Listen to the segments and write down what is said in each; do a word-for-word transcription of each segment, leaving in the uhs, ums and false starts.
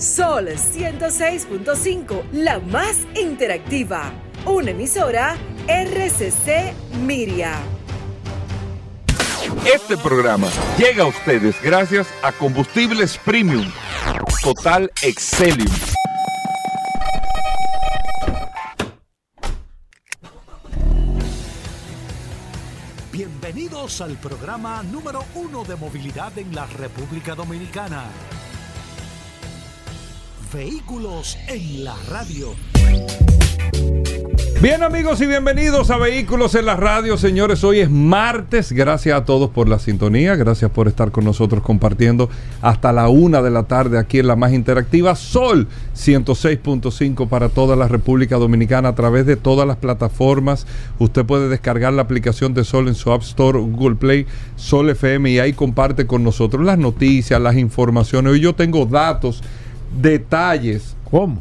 Sol ciento seis punto cinco, la más interactiva. Una emisora R C C Miria. Este programa llega a ustedes gracias a Combustibles Premium Total Excelium. Bienvenidos al programa número uno de movilidad en la República Dominicana. Vehículos en la radio. Bien, amigos, y bienvenidos a Vehículos en la Radio. Señores, hoy es martes. Gracias a todos por la sintonía. Gracias por estar con nosotros compartiendo hasta la una de la tarde aquí en la más interactiva Sol ciento seis punto cinco para toda la República Dominicana a través de todas las plataformas. Usted puede descargar la aplicación de Sol en su App Store, Google Play, Sol F M, y ahí comparte con nosotros las noticias, las informaciones. Hoy yo tengo datos, detalles. ¿Cómo?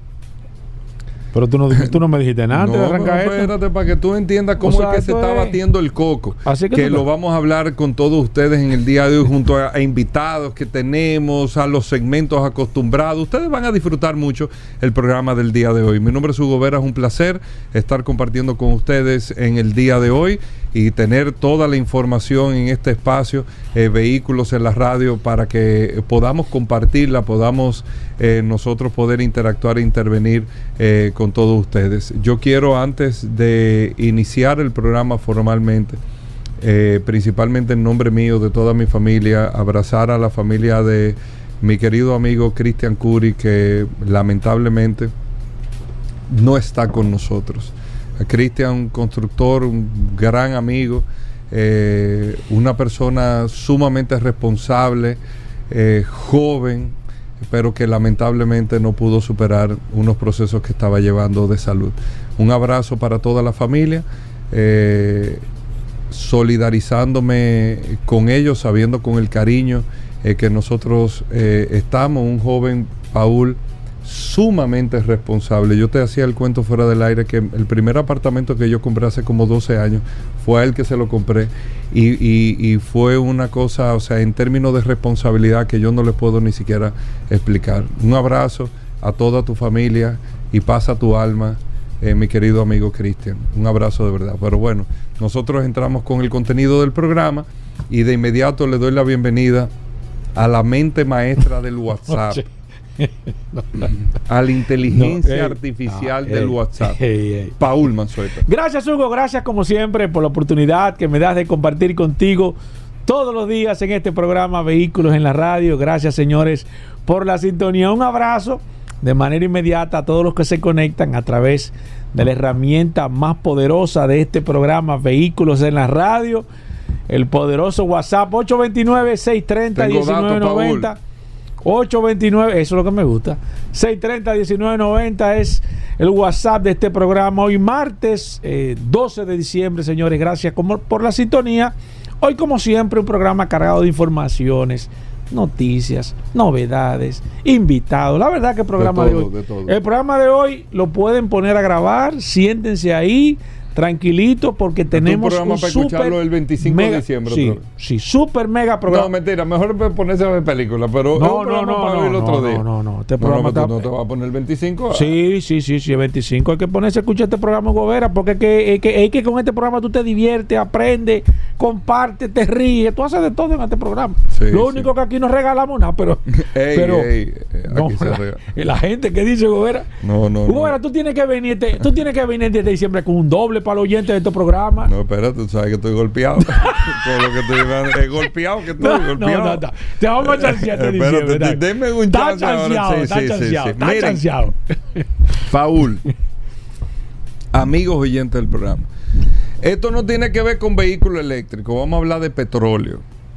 Pero tú no, tú no me dijiste nada antes no, de arrancar esto. Espérate, para que tú entiendas cómo o sea, es que se está es... batiendo el coco. Así que, que lo vamos a hablar con todos ustedes en el día de hoy, junto a, a invitados que tenemos, a los segmentos acostumbrados. Ustedes van a disfrutar mucho el programa del día de hoy. Mi nombre es Hugo Vera, es un placer estar compartiendo con ustedes en el día de hoy y tener toda la información en este espacio, eh, Vehículos en la Radio, para que podamos compartirla, podamos eh, nosotros poder interactuar e intervenir eh, con todos ustedes. Yo quiero, antes de iniciar el programa formalmente, eh, principalmente en nombre mío, de toda mi familia, abrazar a la familia de mi querido amigo Cristian Curi, que lamentablemente no está con nosotros. Cristian, un constructor, un gran amigo, eh, una persona sumamente responsable, eh, joven, pero que lamentablemente no pudo superar unos procesos que estaba llevando de salud. Un abrazo para toda la familia, eh, solidarizándome con ellos, sabiendo con el cariño eh, que nosotros eh, estamos. Un joven, Paul, sumamente responsable. Yo te hacía el cuento fuera del aire que el primer apartamento que yo compré hace como doce años fue a él que se lo compré y, y, y fue una cosa, o sea, en términos de responsabilidad que yo no le puedo ni siquiera explicar. Un abrazo a toda tu familia y paz a tu alma, eh, mi querido amigo Cristian. Un abrazo de verdad. Pero bueno, nosotros entramos con el contenido del programa y de inmediato le doy la bienvenida a la mente maestra del WhatsApp. no, no, a la inteligencia no, ey, artificial no, del ey, WhatsApp, ey, ey. Paul Manzueta. Gracias, Hugo, gracias como siempre por la oportunidad que me das de compartir contigo todos los días en este programa Vehículos en la Radio. Gracias, señores, por la sintonía. Un abrazo de manera inmediata a todos los que se conectan a través de la herramienta más poderosa de este programa Vehículos en la Radio, el poderoso WhatsApp ocho dos nueve, seis tres cero, uno nueve nueve cero. ocho dos nueve, eso es lo que me gusta. seis tres cero, uno nueve nueve cero es el WhatsApp de este programa. Hoy martes eh, doce de diciembre, señores, gracias como, por la sintonía. Hoy, como siempre, un programa cargado de informaciones, noticias, novedades, invitados. La verdad que el programa de, todo, de hoy, de todo. El programa de hoy lo pueden poner a grabar. Siéntense ahí, tranquilito, porque tenemos un, un para super escucharlo el veinticinco mega, de diciembre. Sí, sí, super mega programa. No, mentira, mejor ponerse a ver películas, pero no, es un no, no, para no, ver el otro no, día. no, no, no, este no, programa no, está... no te va a poner el veinticinco. Sí, sí, sí, sí, el veinticinco hay que ponerse a escuchar este programa, Gobera, porque es que, es que, es que con este programa tú te diviertes, aprendes, compartes, te ríes, tú haces de todo en este programa. Sí, Lo único sí. que aquí no regalamos nada, pero... ey, pero ey, no, aquí se la, regala. la gente que dice, Gobera, no, no, Gobera, no. tú tienes que venir, te, tú tienes que venir desde diciembre con un doble para los oyentes de este programa. No, espérate, tú sabes que estoy golpeado. Todo lo que estoy es golpeado que estoy, no, golpeado. No, no, no. Te vamos a chancear este diciembre. Espérate, denme un chance ahora. Sí, está sí, chanceado, sí, sí. está Miren, chanceado. Paul, amigos oyentes del programa, esto no tiene que ver con vehículos eléctricos, vamos a hablar de petróleo.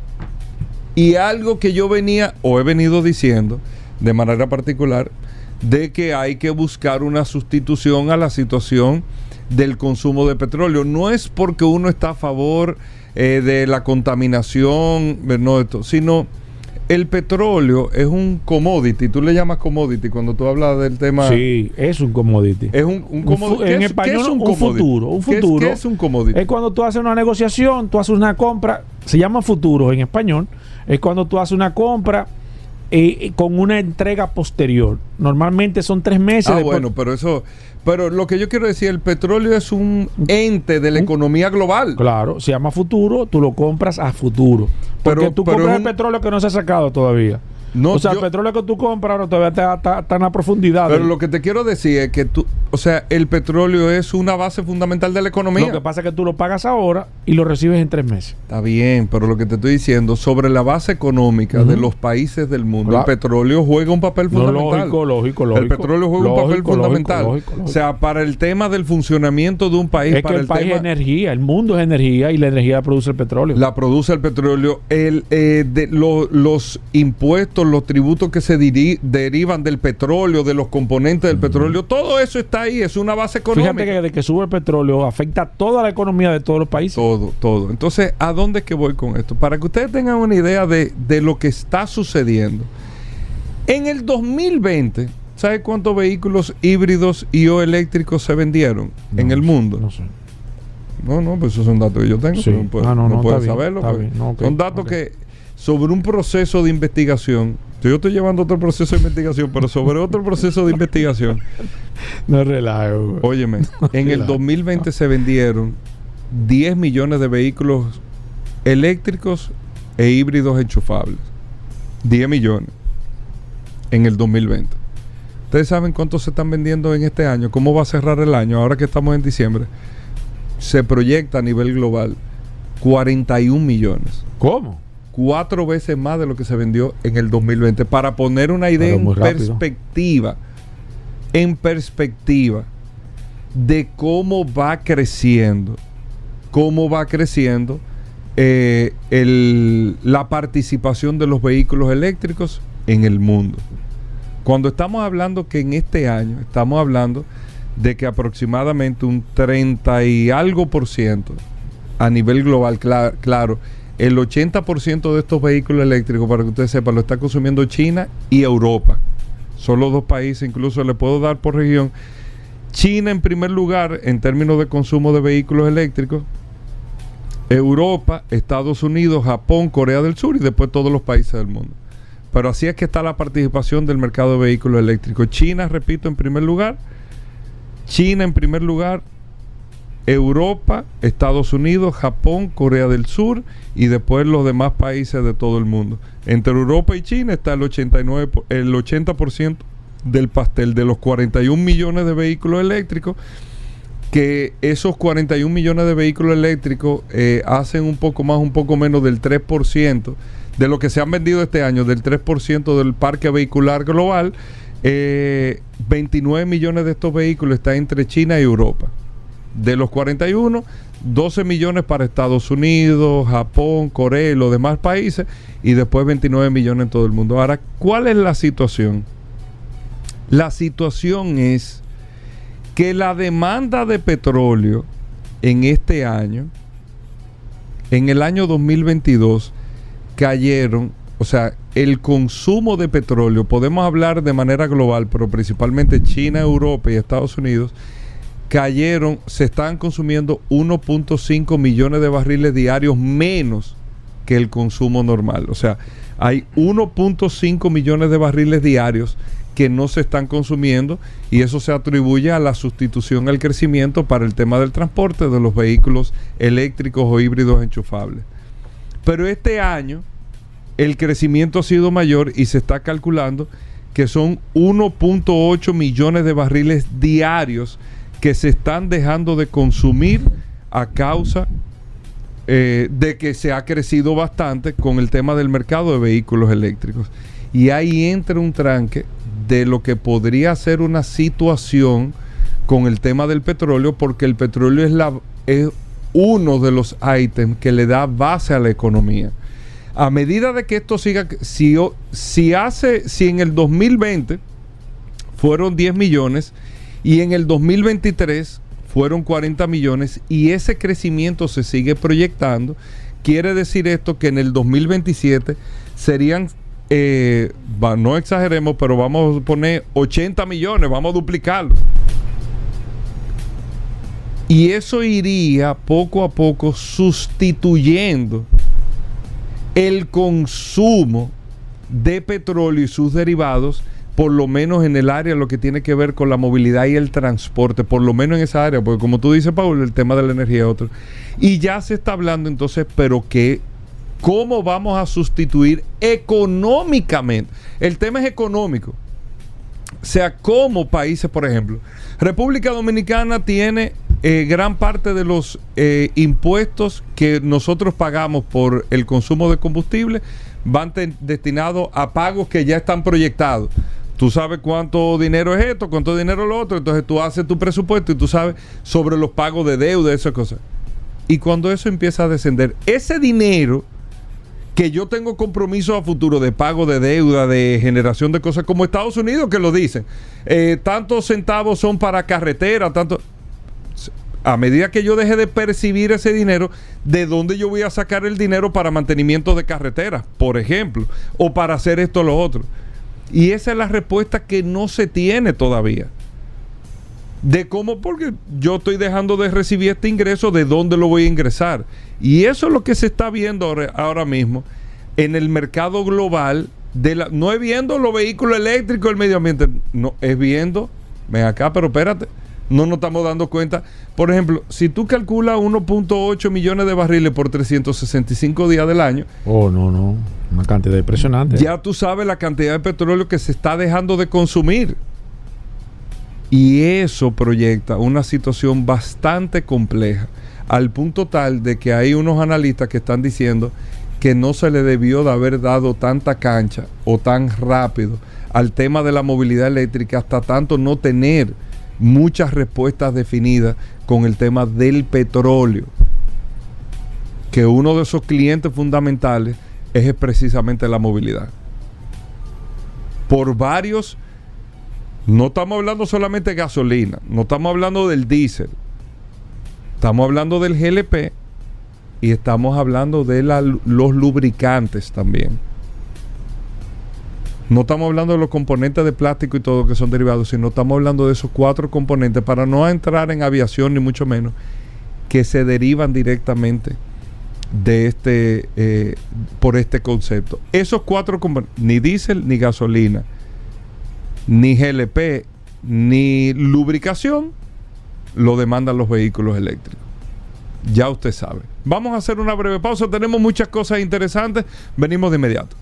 Y algo que yo venía o he venido diciendo de manera particular, de que hay que buscar una sustitución a la situación del consumo de petróleo. No es porque uno está a favor eh, de la contaminación, no esto, sino el petróleo es un commodity. Tú le llamas commodity cuando tú hablas del tema. Sí, es un commodity. Es un, un commodity. En es, español, es un, un futuro. Un futuro. ¿Qué es, qué es un commodity? Es cuando tú haces una negociación, tú haces una compra. Se llama futuro en español. Es cuando tú haces una compra eh, con una entrega posterior. Normalmente son tres meses. Ah, después. bueno, pero eso... Pero lo que yo quiero decir, el petróleo es un ente de la economía global. Claro, se llama futuro, tú lo compras a futuro. Porque Pero- tú pero compras es un- el petróleo que no se ha sacado todavía. No, o sea, yo- el petróleo que tú compras ahora todavía está, está- está en la profundidad. Pero del- lo que te quiero decir es que tú... O sea, el petróleo es una base fundamental de la economía. Lo que pasa es que tú lo pagas ahora y lo recibes en tres meses. Está bien, pero lo que te estoy diciendo, sobre la base económica Ujú. de los países del mundo, Claro. el petróleo juega un papel No, fundamental. lógico, lógico, El lógico. petróleo juega un papel Lógico, fundamental. lógico, lógico, lógico. O sea, para el tema del funcionamiento de un país, Es que para el, el, país tema... es energía, el mundo es energía y la energía la produce el petróleo. La produce el petróleo, el, eh, de, lo- los impuestos, los tributos que se diri- derivan del petróleo, de los componentes del petróleo, todo eso está ahí, es una base económica. Fíjate que desde que sube el petróleo afecta a toda la economía de todos los países. Todo, todo. Entonces, ¿a dónde es que voy con esto? Para que ustedes tengan una idea de, de lo que está sucediendo. En el dos mil veinte, ¿sabe cuántos vehículos híbridos y o eléctricos se vendieron No, en el mundo? No sé. No, no, pues esos son datos que yo tengo. Sí. No, puedo- Ah, no, no no, puedes está bien, saberlo. está pues. bien. No, ok, Son datos ok. que sobre un proceso de investigación. Yo estoy llevando otro proceso de investigación, pero sobre otro proceso de investigación. No relajo. güey. Óyeme, en el Claro. dos mil veinte se vendieron diez millones de vehículos eléctricos e híbridos enchufables. diez millones en el dos mil veinte. ¿Ustedes saben cuántos se están vendiendo en este año? ¿Cómo va a cerrar el año ahora que estamos en diciembre? Se proyecta a nivel global cuarenta y un millones. ¿Cómo? Cuatro veces más de lo que se vendió en el dos mil veinte. Para poner una idea Pero en muy rápido. perspectiva, en perspectiva de cómo va creciendo, cómo va creciendo eh, el- la participación de los vehículos eléctricos en el mundo. Cuando estamos hablando que en este año, estamos hablando de que aproximadamente un treinta y algo por ciento a nivel global, cla- claro, el ochenta por ciento de estos vehículos eléctricos, para que ustedes sepan, lo está consumiendo China y Europa. Son los dos países, incluso le puedo dar por región. China en primer lugar en términos de consumo de vehículos eléctricos, Europa, Estados Unidos, Japón, Corea del Sur y después todos los países del mundo. Pero así es que está la participación del mercado de vehículos eléctricos. China, repito, en primer lugar. China en primer lugar. Europa, Estados Unidos, Japón, Corea del Sur y después los demás países de todo el mundo. Entre Europa y China está el ochenta y nueve, por- el ochenta por ciento del pastel de los cuarenta y un millones de vehículos eléctricos, que esos cuarenta y un millones de vehículos eléctricos eh, hacen un poco más, un poco menos del tres por ciento de lo que se han vendido este año, del tres por ciento del parque vehicular global. eh, veintinueve millones de estos vehículos están entre China y Europa. De los cuarenta y uno, doce millones para Estados Unidos, Japón, Corea y los demás países, y después veintinueve millones en todo el mundo. Ahora, ¿cuál es la situación? La situación es que la demanda de petróleo en este año, en el año dos mil veintidós, cayeron, o sea, el consumo de petróleo, podemos hablar de manera global, pero principalmente China, Europa y Estados Unidos, cayeron, se están consumiendo uno punto cinco millones de barriles diarios menos que el consumo normal. O sea, hay uno punto cinco millones de barriles diarios que no se están consumiendo, y eso se atribuye a la sustitución al crecimiento para el tema del transporte de los vehículos eléctricos o híbridos enchufables. Pero este año el crecimiento ha sido mayor y se está calculando que son uno punto ocho millones de barriles diarios que se están dejando de consumir a causa eh, de que se ha crecido bastante con el tema del mercado de vehículos eléctricos. Y ahí entra un tranque de lo que podría ser una situación con el tema del petróleo, porque el petróleo es, la, es uno de los ítems que le da base a la economía. A medida de que esto siga, si, si hace, si en el dos mil veinte fueron diez millones y en el dos mil veintitrés fueron cuarenta millones y ese crecimiento se sigue proyectando, quiere decir esto que en el dos mil veintisiete serían, eh, va, no exageremos, pero vamos a poner ochenta millones, vamos a duplicarlo. Y eso iría poco a poco sustituyendo el consumo de petróleo y sus derivados, por lo menos en el área lo que tiene que ver con la movilidad y el transporte, por lo menos en esa área, porque como tú dices, Paul, el tema de la energía es otro. Y ya se está hablando entonces, pero que ¿cómo vamos a sustituir económicamente? El tema es económico. O sea, como países, por ejemplo, República Dominicana tiene eh, gran parte de los eh, impuestos que nosotros pagamos por el consumo de combustible van te- destinados a pagos que ya están proyectados. Tú sabes cuánto dinero es esto, cuánto dinero es lo otro, entonces tú haces tu presupuesto y tú sabes sobre los pagos de deuda, esas cosas. Y cuando eso empieza a descender, ese dinero que yo tengo compromisos a futuro de pago de deuda, de generación de cosas, como Estados Unidos que lo dicen, eh, tantos centavos son para carretera, tanto... A medida que yo deje de percibir ese dinero, ¿de dónde yo voy a sacar el dinero para mantenimiento de carreteras, por ejemplo? O para hacer esto o lo otro. Y esa es la respuesta que no se tiene todavía. De cómo, porque yo estoy dejando de recibir este ingreso, ¿de dónde lo voy a ingresar? Y eso es lo que se está viendo ahora, ahora mismo en el mercado global. De la, no es viendo los vehículos eléctricos, el medio ambiente. No, es viendo, ven acá, pero espérate. No nos estamos dando cuenta. Por ejemplo, si tú calculas uno punto ocho millones de barriles por trescientos sesenta y cinco días del año. Oh, no, no. Una cantidad impresionante. Ya tú sabes la cantidad de petróleo que se está dejando de consumir. Y eso proyecta una situación bastante compleja, al punto tal de que hay unos analistas que están diciendo que no se le debió de haber dado tanta cancha o tan rápido al tema de la movilidad eléctrica hasta tanto no tener muchas respuestas definidas con el tema del petróleo, que uno de esos clientes fundamentales es precisamente la movilidad. Por varios, no estamos hablando solamente de gasolina, no estamos hablando del diésel, estamos hablando del G L P y estamos hablando de la, los lubricantes también. No estamos hablando de los componentes de plástico y todo que son derivados, sino estamos hablando de esos cuatro componentes, para no entrar en aviación ni mucho menos, que se derivan directamente de este eh, por este concepto. Esos cuatro componentes, ni diésel, ni gasolina, ni G L P, ni lubricación, lo demandan los vehículos eléctricos. Ya usted sabe. Vamos a hacer una breve pausa. Tenemos muchas cosas interesantes. Venimos de inmediato.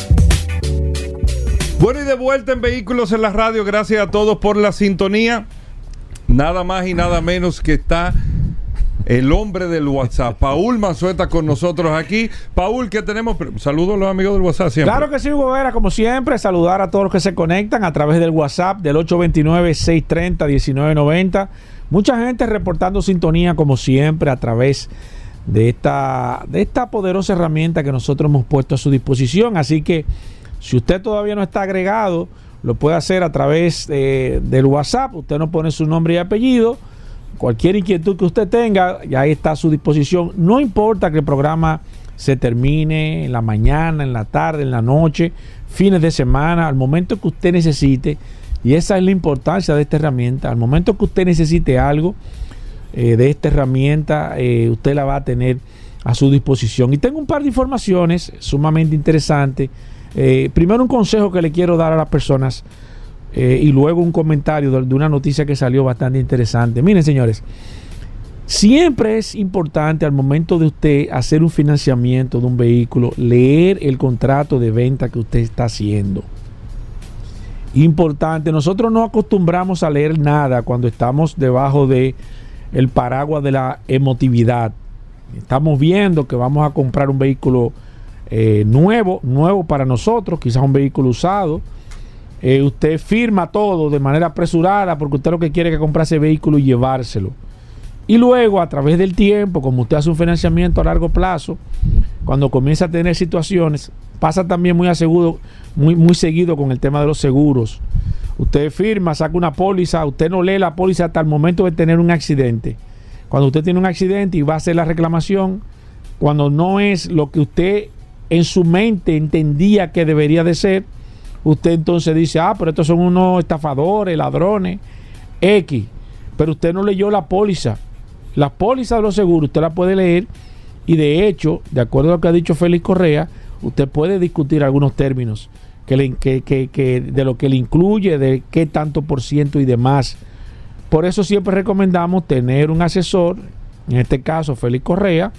Bueno, y de vuelta en Vehículos en la Radio. Gracias a todos por la sintonía. Nada más y nada menos que está el hombre del WhatsApp, Paul Manzueta, con nosotros aquí. Paul, ¿qué tenemos? Saludos a los amigos del WhatsApp siempre. Claro que sí, Hugo Vera, como siempre, saludar a todos los que se conectan a través del WhatsApp del ocho dos nueve, seis tres cero, uno nueve nueve cero. Mucha gente reportando sintonía, como siempre, a través de esta, de esta poderosa herramienta que nosotros hemos puesto a su disposición. Así que, si usted todavía no está agregado, lo puede hacer a través eh, del WhatsApp. Usted nos pone su nombre y apellido. Cualquier inquietud que usted tenga, ya ahí está a su disposición. No importa que el programa se termine en la mañana, en la tarde, en la noche, fines de semana, al momento que usted necesite. Y esa es la importancia de esta herramienta. Al momento que usted necesite algo eh, de esta herramienta, eh, usted la va a tener a su disposición. Y tengo un par de informaciones sumamente interesantes. Eh, primero, un consejo que le quiero dar a las personas eh, y luego un comentario de, de una noticia que salió bastante interesante. Miren, señores, siempre es importante al momento de usted hacer un financiamiento de un vehículo, leer el contrato de venta que usted está haciendo. Importante, nosotros no acostumbramos a leer nada cuando estamos debajo de el paraguas de la emotividad. Estamos viendo que vamos a comprar un vehículo Eh, nuevo, nuevo para nosotros, quizás un vehículo usado. Eh, usted firma todo de manera apresurada porque usted lo que quiere es que compre ese vehículo y llevárselo. Y luego, a través del tiempo, como usted hace un financiamiento a largo plazo, cuando comienza a tener situaciones, pasa también muy, aseguro, muy, muy seguido con el tema de los seguros. Usted firma, saca una póliza, usted no lee la póliza hasta el momento de tener un accidente. Cuando usted tiene un accidente y va a hacer la reclamación, cuando no es lo que usted en su mente entendía que debería de ser, usted entonces dice, ah, pero estos son unos estafadores, ladrones, X. Pero usted no leyó la póliza. La póliza de los seguros usted la puede leer y de hecho, de acuerdo a lo que ha dicho Félix Correa, usted puede discutir algunos términos que le, que, que, que de lo que le incluye, de qué tanto por ciento y demás. Por eso siempre recomendamos tener un asesor, en este caso Félix Correa,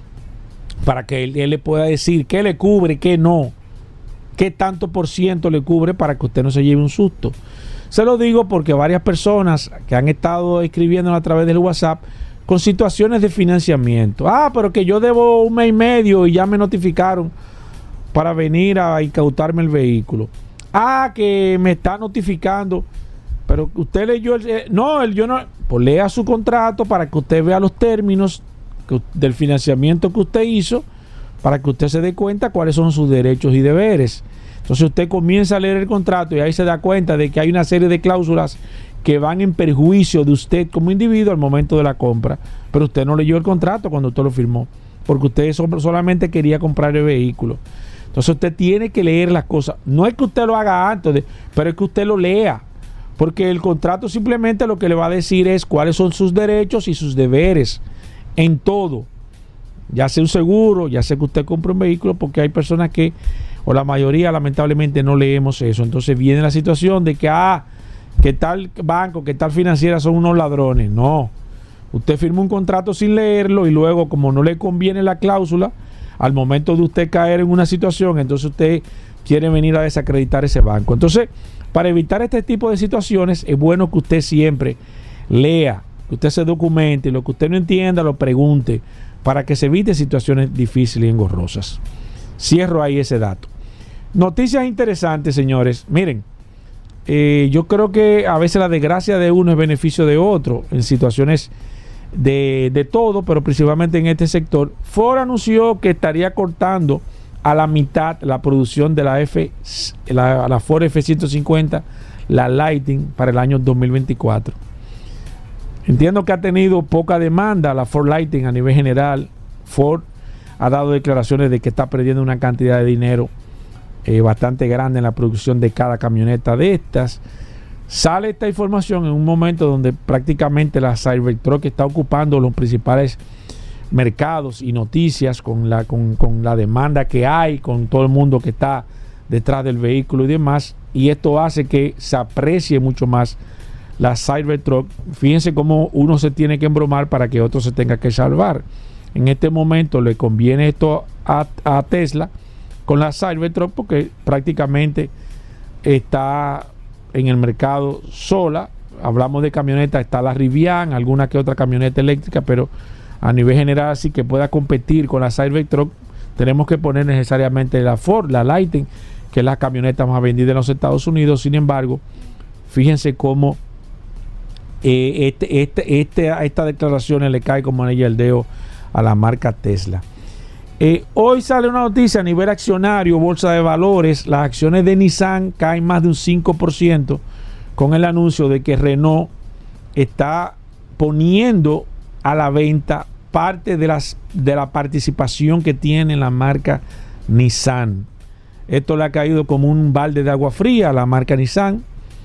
para que él, él le pueda decir qué le cubre, qué no, qué tanto por ciento le cubre para que usted no se lleve un susto. Se lo digo porque varias personas que han estado escribiendo a través del WhatsApp con situaciones de financiamiento. Ah, pero que yo debo un mes y medio y ya me notificaron para venir a incautarme el vehículo. Ah, que me está notificando. Pero usted leyó el... Eh, no, el, yo no... Pues lea su contrato para que usted vea los términos que, del financiamiento que usted hizo, para que usted se dé cuenta cuáles son sus derechos y deberes. Entonces usted comienza a leer el contrato y ahí se da cuenta de que hay una serie de cláusulas que van en perjuicio de usted como individuo al momento de la compra. Pero usted no leyó el contrato cuando usted lo firmó, porque usted solamente quería comprar el vehículo. Entonces usted tiene que leer las cosas. No es que usted lo haga antes, de, pero es que usted lo lea. Porque el contrato simplemente lo que le va a decir es cuáles son sus derechos y sus deberes en todo. Ya sea un seguro, ya sea que usted compre un vehículo, porque hay personas que, o la mayoría lamentablemente no leemos eso. Entonces viene la situación de que, ah, que tal banco, que tal financiera son unos ladrones. No. Usted firma un contrato sin leerlo y luego, como no le conviene la cláusula, al momento de usted caer en una situación, entonces usted quiere venir a desacreditar ese banco. Entonces, para evitar este tipo de situaciones, es bueno que usted siempre lea, que usted se documente, lo que usted no entienda lo pregunte, para que se evite situaciones difíciles y engorrosas. Cierro ahí ese dato. Noticias interesantes, señores. Miren, eh, yo creo que a veces la desgracia de uno es beneficio de otro, en situaciones de, de todo, pero principalmente en este sector. Ford anunció que estaría cortando a la mitad la producción de la F, la, la Ford F ciento cincuenta, la Lightning, para el año dos mil veinticuatro. Entiendo que ha tenido poca demanda la Ford Lightning a nivel general. Ford ha dado declaraciones de que está perdiendo una cantidad de dinero eh, bastante grande en la producción de cada camioneta de estas. Sale esta información en un momento donde prácticamente la Cybertruck está ocupando los principales mercados y noticias con la, con, con la demanda que hay, con todo el mundo que está detrás del vehículo y demás, y esto hace que se aprecie mucho más la Cybertruck. Fíjense cómo uno se tiene que embromar para que otro se tenga que salvar. En este momento le conviene esto a, a Tesla con la Cybertruck, porque prácticamente está en el mercado sola. Hablamos de camionetas, está la Rivian, alguna que otra camioneta eléctrica, pero a nivel general, así que pueda competir con la Cybertruck, tenemos que poner necesariamente la Ford, la Lightning, que es la camioneta más vendida en los Estados Unidos. Sin embargo, fíjense cómo eh, este, este, este, a estas declaraciones le cae como anillo al dedo a la marca Tesla. Eh, hoy sale una noticia a nivel accionario, bolsa de valores. Las acciones de Nissan caen más de un cinco por ciento con el anuncio de que Renault está poniendo a la venta parte de, las, de la participación que tiene la marca Nissan. Esto le ha caído como un balde de agua fría a la marca Nissan,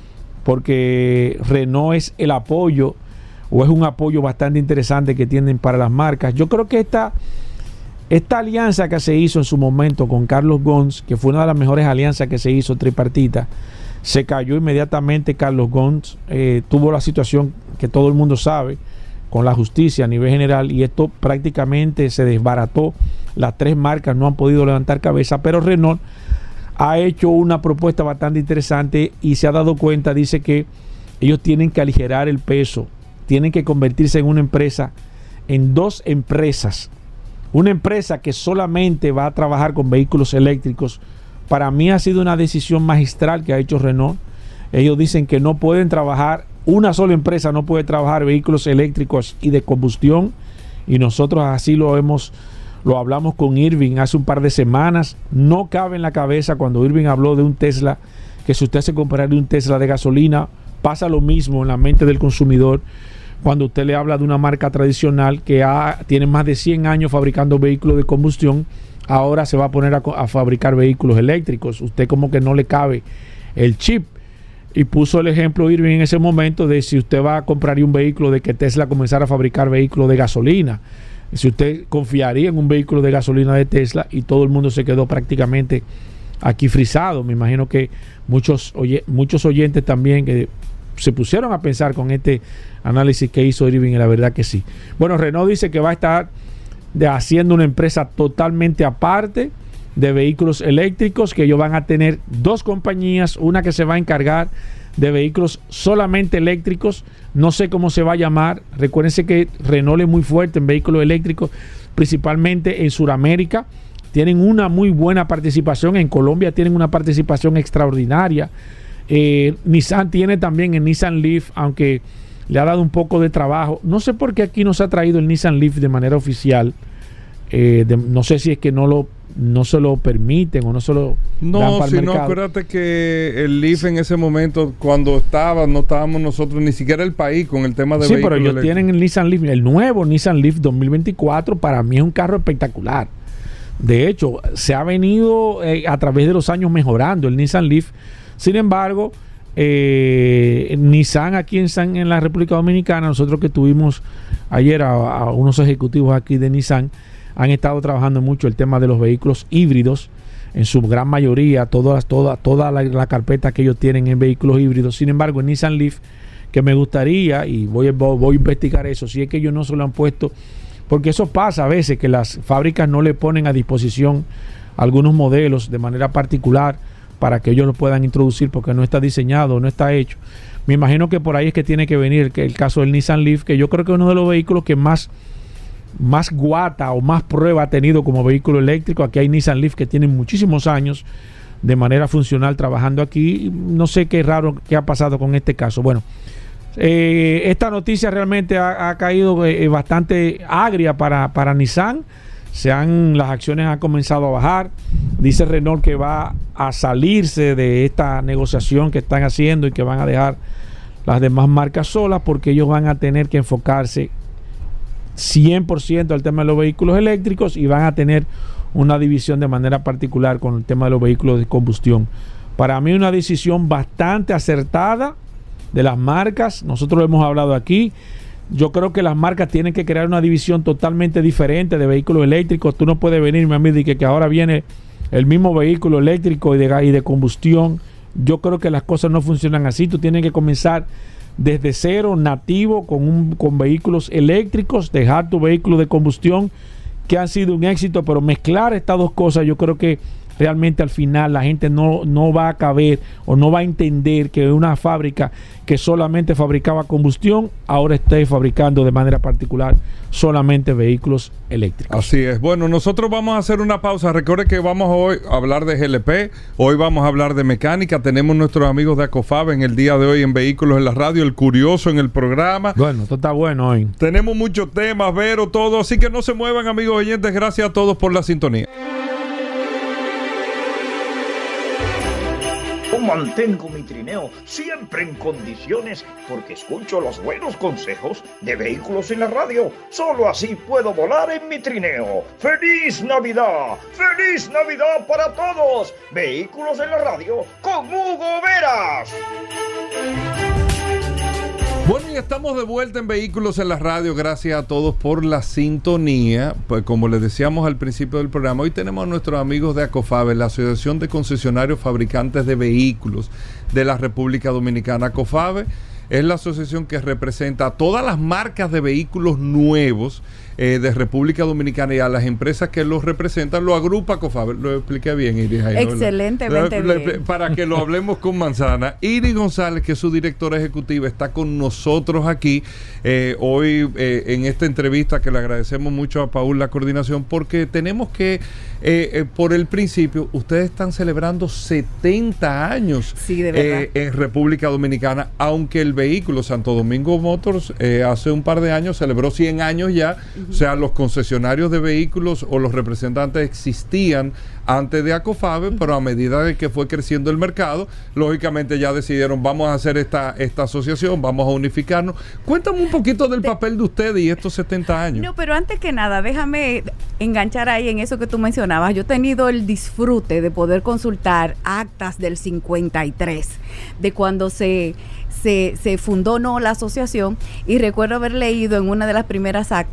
porque Renault es el apoyo, o es un apoyo bastante interesante que tienen para las marcas. Yo creo que esta, esta alianza que se hizo en su momento con Carlos Ghosn, que fue una de las mejores alianzas que se hizo tripartita, se cayó inmediatamente. Carlos Ghosn eh, tuvo la situación que todo el mundo sabe con la justicia a nivel general, y esto prácticamente se desbarató. Las tres marcas no han podido levantar cabeza, pero Renault ha hecho una propuesta bastante interesante y se ha dado cuenta, dice que ellos tienen que aligerar el peso, tienen que convertirse en una empresa, en dos empresas. Una empresa que solamente va a trabajar con vehículos eléctricos. Para mí ha sido una decisión magistral que ha hecho Renault. Ellos dicen que no pueden trabajar, una sola empresa no puede trabajar vehículos eléctricos y de combustión, y nosotros así lo hemos, lo hablamos con Irving hace un par de semanas. No cabe en la cabeza cuando Irving habló de un Tesla, que si usted se compraría un Tesla de gasolina, pasa lo mismo en la mente del consumidor cuando usted le habla de una marca tradicional que ha, tiene más de cien años fabricando vehículos de combustión. Ahora se va a poner a, a fabricar vehículos eléctricos. Usted como que no le cabe el chip. Y puso el ejemplo Irving en ese momento de si usted va a comprar un vehículo, de que Tesla comenzara a fabricar vehículos de gasolina. Si usted confiaría en un vehículo de gasolina de Tesla, y todo el mundo se quedó prácticamente aquí frisado. Me imagino que muchos, oye, muchos oyentes también que se pusieron a pensar con este análisis que hizo Irving, y la verdad que sí. Bueno, Renault dice que va a estar de haciendo una empresa totalmente aparte de vehículos eléctricos, que ellos van a tener dos compañías, una que se va a encargar de vehículos solamente eléctricos, no sé cómo se va a llamar. Recuérdense que Renault es muy fuerte en vehículos eléctricos, principalmente en Sudamérica. Tienen una muy buena participación, en Colombia tienen una participación extraordinaria. eh, Nissan tiene también el Nissan Leaf, aunque le ha dado un poco de trabajo. No sé por qué aquí no se ha traído el Nissan Leaf de manera oficial. Eh, de, no sé si es que no lo no se lo permiten o no se lo no, dan para si el no, mercado. acuérdate que el Leaf en ese momento, cuando estaba, no estábamos nosotros, ni siquiera el país, con el tema de sí, vehículos pero ellos eléctricos. tienen el Nissan Leaf, el nuevo Nissan Leaf dos mil veinticuatro. Para mí es un carro espectacular. De hecho, se ha venido eh, a través de los años mejorando el Nissan Leaf. Sin embargo, eh, Nissan aquí en, San, en la República Dominicana, nosotros que tuvimos ayer a, a unos ejecutivos aquí de Nissan, han estado trabajando mucho el tema de los vehículos híbridos, en su gran mayoría, todas, toda, toda la, la carpeta que ellos tienen en vehículos híbridos. Sin embargo, el Nissan Leaf, que me gustaría, y voy, voy a investigar eso, si es que ellos no se lo han puesto, porque eso pasa a veces, que las fábricas no le ponen a disposición algunos modelos de manera particular para que ellos lo puedan introducir, porque no está diseñado, no está hecho. Me imagino que por ahí es que tiene que venir el, el caso del Nissan Leaf, que yo creo que es uno de los vehículos que más más guata o más prueba ha tenido como vehículo eléctrico. Aquí hay Nissan Leaf que tienen muchísimos años de manera funcional trabajando aquí. No sé qué raro que ha pasado con este caso. Bueno, eh, esta noticia realmente ha, ha caído eh, bastante agria para, para Nissan. Se han, las acciones han comenzado a bajar. Dice Renault que va a salirse de esta negociación que están haciendo y que van a dejar las demás marcas solas, porque ellos van a tener que enfocarse cien por ciento al tema de los vehículos eléctricos, y van a tener una división de manera particular con el tema de los vehículos de combustión. Para mí una decisión bastante acertada de las marcas. Nosotros lo hemos hablado aquí. Yo creo que las marcas tienen que crear una división totalmente diferente de vehículos eléctricos. Tú no puedes venirme a mí y que, que ahora viene el mismo vehículo eléctrico y de, y de combustión. Yo creo que las cosas no funcionan así. Tú tienes que comenzar desde cero, nativo, con, un, con vehículos eléctricos, dejar tu vehículo de combustión, que han sido un éxito, pero mezclar estas dos cosas, yo creo que realmente al final la gente no, no va a caber o no va a entender que una fábrica que solamente fabricaba combustión ahora esté fabricando de manera particular solamente vehículos eléctricos. Así es. Bueno, nosotros vamos a hacer una pausa. Recuerde que vamos hoy a hablar de G L P, hoy vamos a hablar de mecánica. Tenemos nuestros amigos de Acofab en el día de hoy en Vehículos en la Radio, el curioso en el programa. Bueno, esto está bueno hoy. Tenemos muchos temas, Vero, todo, así que no se muevan, amigos oyentes. Gracias a todos por la sintonía. Mantengo mi trineo siempre en condiciones porque escucho los buenos consejos de Vehículos en la Radio. Solo así puedo volar en mi trineo. ¡Feliz Navidad! ¡Feliz Navidad para todos! Vehículos en la Radio con Hugo Veras. Bueno, y estamos de vuelta en Vehículos en la Radio. Gracias a todos por la sintonía. Pues como les decíamos al principio del programa, hoy tenemos a nuestros amigos de Acofab, la Asociación de Concesionarios Fabricantes de Vehículos de la República Dominicana. Acofab es la asociación que representa a todas las marcas de vehículos nuevos eh, de República Dominicana, y a las empresas que los representan lo agrupa Acofab. Lo expliqué bien, Iris. Ahí, Excelentemente ¿no? bien. Para que lo hablemos con manzana. Iris González, que es su directora ejecutiva, está con nosotros aquí eh, hoy eh, en esta entrevista, que le agradecemos mucho a Paul la coordinación, porque tenemos que, eh, eh, por el principio, ustedes están celebrando setenta años sí, de verdad. Eh, en República Dominicana, aunque el vehículo Santo Domingo Motors eh, hace un par de años celebró cien años ya. Uh-huh. O sea, los concesionarios de vehículos o los representantes existían antes de Acofab, uh-huh. pero a medida de que fue creciendo el mercado, lógicamente ya decidieron, vamos a hacer esta, esta asociación, vamos a unificarnos. Cuéntame un poquito del de, papel de ustedes y estos setenta años. No, pero antes que nada, déjame enganchar ahí en eso que tú mencionabas. Yo he tenido el disfrute de poder consultar actas del cincuenta y tres, de cuando se... Se, se fundó no la asociación, y recuerdo haber leído en una de las primeras actas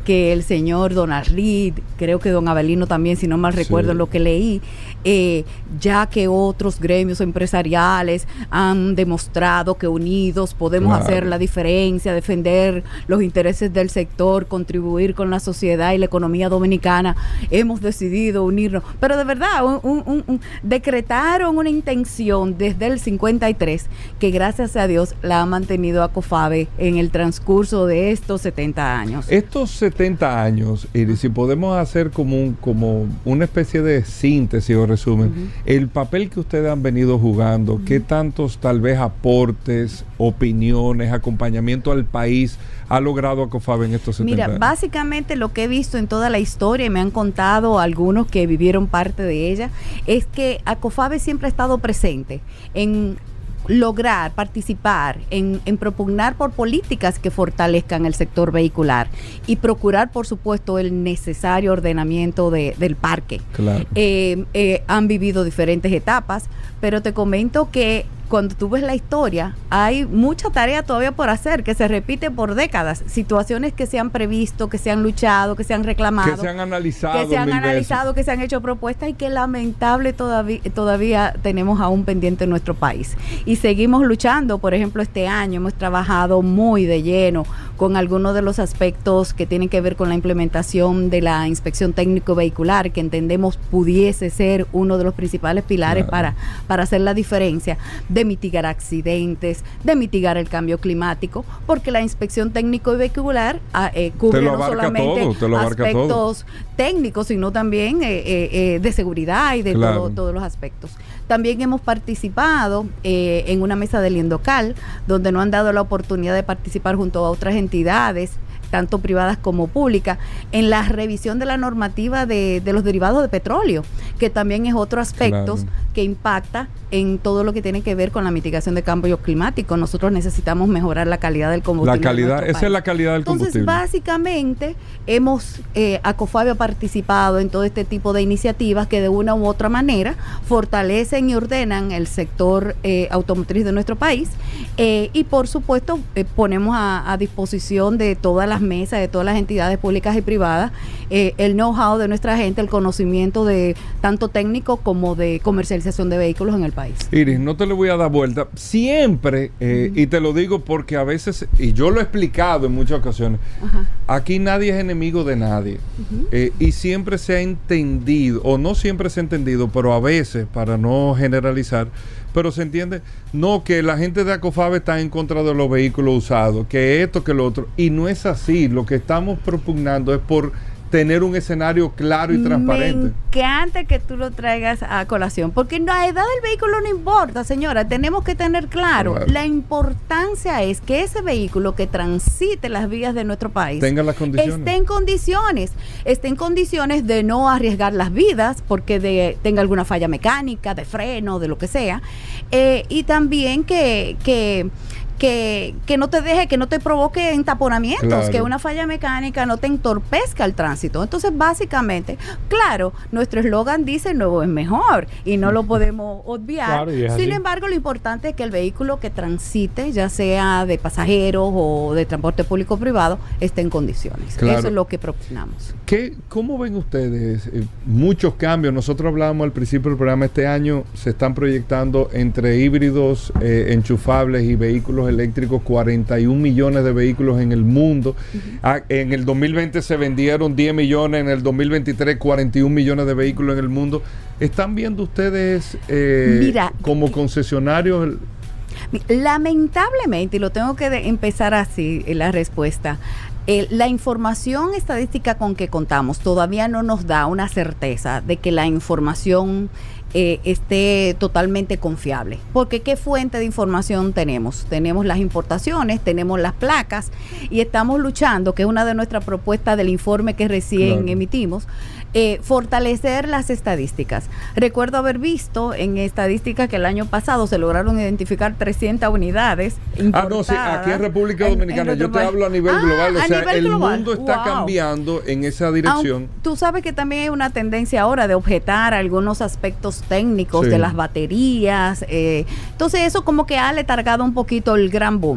que el señor Donald Reed, creo que don Abelino también, si no mal recuerdo Sí. lo que leí, eh, ya que otros gremios empresariales han demostrado que unidos podemos Claro. hacer la diferencia, defender los intereses del sector, contribuir con la sociedad y la economía dominicana, hemos decidido unirnos. Pero de verdad, un, un, un, un- decretaron una intención desde el cincuenta y tres que gracias a Dios la ha mantenido ACOFABE en el transcurso de estos setenta años. Estos setenta años, Iris, si podemos hacer como, un, como una especie de síntesis o resumen, Ujú. el papel que ustedes han venido jugando, qué tantos tal vez aportes, opiniones, acompañamiento al país ha logrado ACOFABE en estos setenta Mira, años. básicamente lo que he visto en toda la historia, y me han contado algunos que vivieron parte de ella, es que ACOFABE siempre ha estado presente en lograr participar en, en propugnar por políticas que fortalezcan el sector vehicular y procurar, por supuesto, el necesario ordenamiento de, del parque. Claro. Eh, eh, han vivido diferentes etapas, pero te comento que cuando tú ves la historia, hay mucha tarea todavía por hacer, que se repite por décadas, situaciones que se han previsto, que se han luchado, que se han reclamado, Que se han analizado. que se han mil veces. analizado, que se han hecho propuestas y que lamentable todavía, todavía tenemos aún pendiente en nuestro país. Y seguimos luchando. Por ejemplo, este año hemos trabajado muy de lleno con algunos de los aspectos que tienen que ver con la implementación de la inspección técnico vehicular, que entendemos pudiese ser uno de los principales pilares Claro. para, para hacer la diferencia, de mitigar accidentes, de mitigar el cambio climático, porque la inspección técnico y vehicular ah, eh, cubre Te lo no abarca solamente todo, te lo abarca aspectos todo. técnicos, sino también eh, eh, eh, de seguridad y de Claro. todo- todos los aspectos. También hemos participado eh, en una mesa del Indocal, donde nos han dado la oportunidad de participar junto a otras entidades, tanto privadas como públicas, en la revisión de la normativa de, de los derivados de petróleo, que también es otro aspecto Claro. que impacta en todo lo que tiene que ver con la mitigación de cambio climático. Nosotros necesitamos mejorar la calidad del combustible. La calidad, en nuestro esa país. es la calidad del Entonces, combustible. básicamente, hemos, eh, ACOFABE ha participado en todo este tipo de iniciativas que de una u otra manera fortalecen y ordenan el sector eh, automotriz de nuestro país, eh, y por supuesto eh, ponemos a, a disposición de todas las mesas, de todas las entidades públicas y privadas, eh, el know-how de nuestra gente, el conocimiento de tanto técnico como de comercialización de vehículos en el país. Iris, no te lo voy a dar vuelta. Siempre, eh, y te lo digo porque a veces, y yo lo he explicado en muchas ocasiones, Ajá. aquí nadie es enemigo de nadie. Eh, y siempre se ha entendido, o no siempre se ha entendido, pero a veces, para no generalizar, pero se entiende, no, que la gente de ACOFABE está en contra de los vehículos usados, que esto, que lo otro. Y no es así. Lo que estamos propugnando es por tener un escenario claro y transparente. Me encanta que tú lo traigas a colación, porque la edad del vehículo no importa, señora. Tenemos que tener claro, Claro. la importancia es que ese vehículo que transite las vías de nuestro país Tenga las condiciones. esté en condiciones, esté en condiciones de no arriesgar las vidas, porque de, tenga alguna falla mecánica, de freno, de lo que sea, eh, y también que, que Que, que no te deje, que no te provoque entaponamientos, Claro. que una falla mecánica no te entorpezca el tránsito. Entonces, básicamente, claro, nuestro eslogan dice nuevo es mejor y no lo podemos obviar. Claro, y es Sin así. embargo, lo importante es que el vehículo que transite, ya sea de pasajeros o de transporte público o privado, esté en condiciones. Claro. Eso es lo que propugnamos. ¿Qué, ¿Cómo ven ustedes eh, muchos cambios? Nosotros hablábamos al principio del programa, este año se están proyectando entre híbridos, eh, enchufables y vehículos eléctricos cuarenta y un millones de vehículos en el mundo. Ah, en el dos mil veinte se vendieron diez millones, en el dos mil veintitrés cuarenta y un millones de vehículos en el mundo. ¿Están viendo ustedes eh, Mira, como concesionarios el- Lamentablemente, y lo tengo que de- empezar así, eh, la respuesta, eh, la información estadística con que contamos todavía no nos da una certeza de que la información eh, esté totalmente confiable. Porque ¿qué fuente de información tenemos? Tenemos las importaciones, tenemos las placas y estamos luchando, que es una de nuestras propuestas del informe que recién Claro. emitimos, eh, fortalecer las estadísticas. Recuerdo haber visto en estadísticas que el año pasado se lograron identificar trescientas unidades Ah, no, sí, aquí en República en- en Dominicana, nuestro yo te país. hablo a nivel Ah, global, o a sea, nivel el global. mundo está Wow. cambiando en esa dirección. Aun- tú sabes que también hay una tendencia ahora de objetar algunos aspectos técnicos Sí. de las baterías. eh, entonces eso como que ha letargado un poquito el gran boom.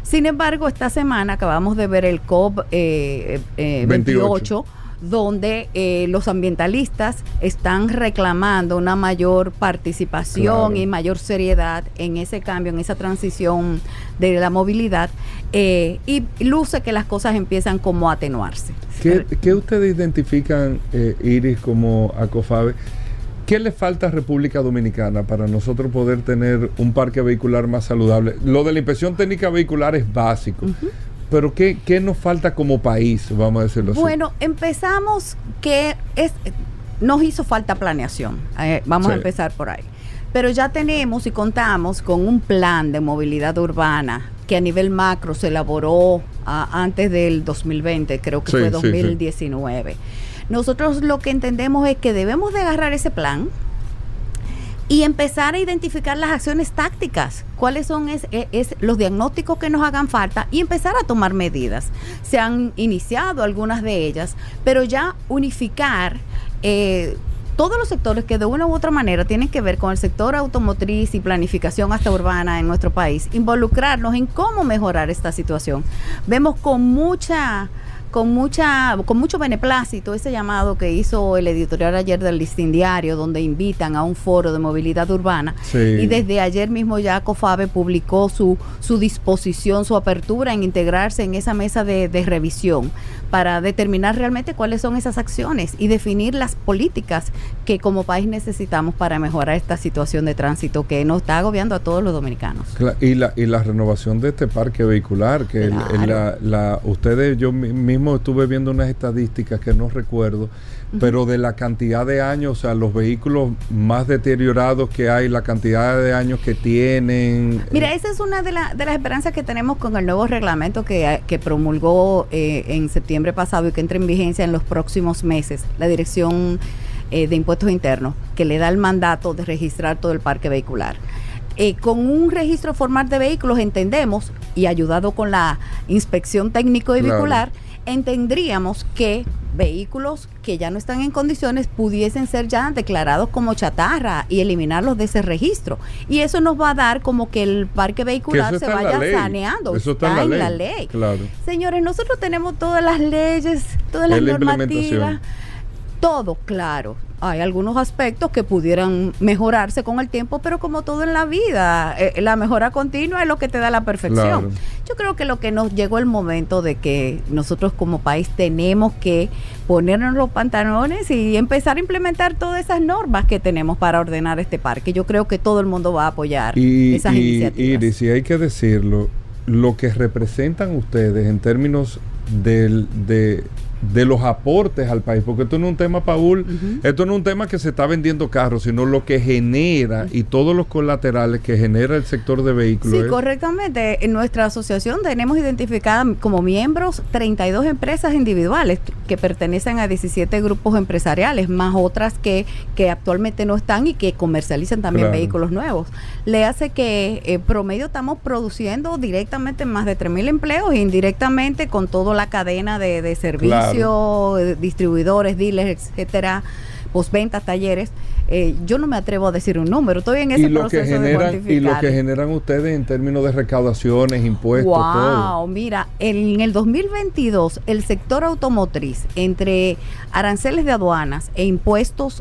Sin embargo, esta semana acabamos de ver el COP eh, eh, veintiocho, donde eh, los ambientalistas están reclamando una mayor participación claro. y mayor seriedad en ese cambio, en esa transición de la movilidad, eh, y luce que las cosas empiezan como a atenuarse. ¿Qué, ¿qué ustedes identifican, eh, Iris, como ACOFABE? ¿Qué le falta a República Dominicana para nosotros poder tener un parque vehicular más saludable? Lo de la inspección técnica vehicular es básico. Uh-huh. Pero ¿qué, ¿qué nos falta como país? Vamos a decirlo así. Bueno, empezamos que es, nos hizo falta planeación. Eh, vamos sí. a empezar por ahí. Pero ya tenemos y contamos con un plan de movilidad urbana que a nivel macro se elaboró a, antes del dos mil veinte, creo que sí, fue dos mil diecinueve. Sí, sí. Nosotros lo que entendemos es que debemos de agarrar ese plan y empezar a identificar las acciones tácticas, cuáles son es, es, es los diagnósticos que nos hagan falta y empezar a tomar medidas. Se han iniciado algunas de ellas, pero ya unificar eh, todos los sectores que de una u otra manera tienen que ver con el sector automotriz y planificación hasta urbana en nuestro país, involucrarnos en cómo mejorar esta situación. Vemos con mucha... con mucha con mucho beneplácito ese llamado que hizo el editorial ayer del Listín Diario, donde invitan a un foro de movilidad urbana. Sí. Y desde ayer mismo ya ACOFABE publicó su, su disposición, su apertura en integrarse en esa mesa de, de revisión para determinar realmente cuáles son esas acciones y definir las políticas que como país necesitamos para mejorar esta situación de tránsito que nos está agobiando a todos los dominicanos. Y la, y la renovación de este parque vehicular, que claro. el, la, la, ustedes, yo mismo estuve viendo unas estadísticas que no recuerdo, uh-huh. pero de la cantidad de años, o sea, los vehículos más deteriorados que hay, la cantidad de años que tienen. Mira, esa es una de, la, de las esperanzas que tenemos con el nuevo reglamento que, que promulgó eh, en septiembre pasado y que entra en vigencia en los próximos meses, la Dirección eh, de Impuestos Internos, que le da el mandato de registrar todo el parque vehicular. Eh, con un registro formal de vehículos entendemos, y ayudado con la inspección técnico y vehicular, claro. entendríamos que vehículos que ya no están en condiciones pudiesen ser ya declarados como chatarra y eliminarlos de ese registro. Y eso nos va a dar como que el parque vehicular se vaya saneando. Eso está, está en la ley. ley. Claro. Señores, nosotros tenemos todas las leyes, todas las normativas, todo claro. Hay algunos aspectos que pudieran mejorarse con el tiempo, pero como todo en la vida, eh, la mejora continua es lo que te da la perfección. Claro. Yo creo que lo que nos llegó el momento de que nosotros como país tenemos que ponernos los pantalones y empezar a implementar todas esas normas que tenemos para ordenar este parque. Yo creo que todo el mundo va a apoyar y, esas y, iniciativas. Iris, y hay que decirlo, lo que representan ustedes en términos del, de... de los aportes al país, porque esto no es un tema, Paul, uh-huh. esto no es un tema que se está vendiendo carros, sino lo que genera uh-huh. y todos los colaterales que genera el sector de vehículos. Sí, ¿eh? Correctamente. En nuestra asociación tenemos identificadas como miembros treinta y dos empresas individuales que pertenecen a diecisiete grupos empresariales, más otras que, que actualmente no están y que comercializan también claro. vehículos nuevos. Le hace que eh, promedio estamos produciendo directamente más de tres mil empleos e indirectamente con toda la cadena de, de servicios. Claro. Distribuidores, dealers, etcétera, postventas, talleres. Eh, yo no me atrevo a decir un número, estoy en ese y lo proceso que generan, de cuantificar. Y lo que generan ustedes en términos de recaudaciones, impuestos, wow, todo. Mira, en el dos mil veintidós el sector automotriz, entre aranceles de aduanas e impuestos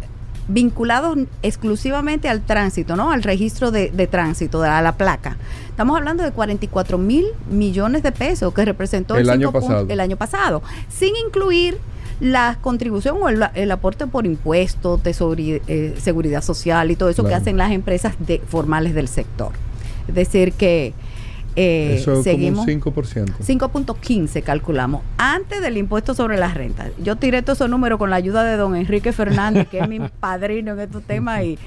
vinculados exclusivamente al tránsito, ¿no? Al registro de, de tránsito, a la placa. Estamos hablando de cuarenta y cuatro mil millones de pesos que representó el, el, año pasado. el año pasado, sin incluir la contribución o el, el aporte por impuestos, tesorería, eh, seguridad social y todo eso claro. que hacen las empresas de, formales del sector. Es decir que Eh, Eso es seguimos como un cinco por ciento. cinco punto quince calculamos, antes del impuesto sobre las rentas. Yo tiré todos esos números con la ayuda de don Enrique Fernández, que es mi padrino en estos temas, y,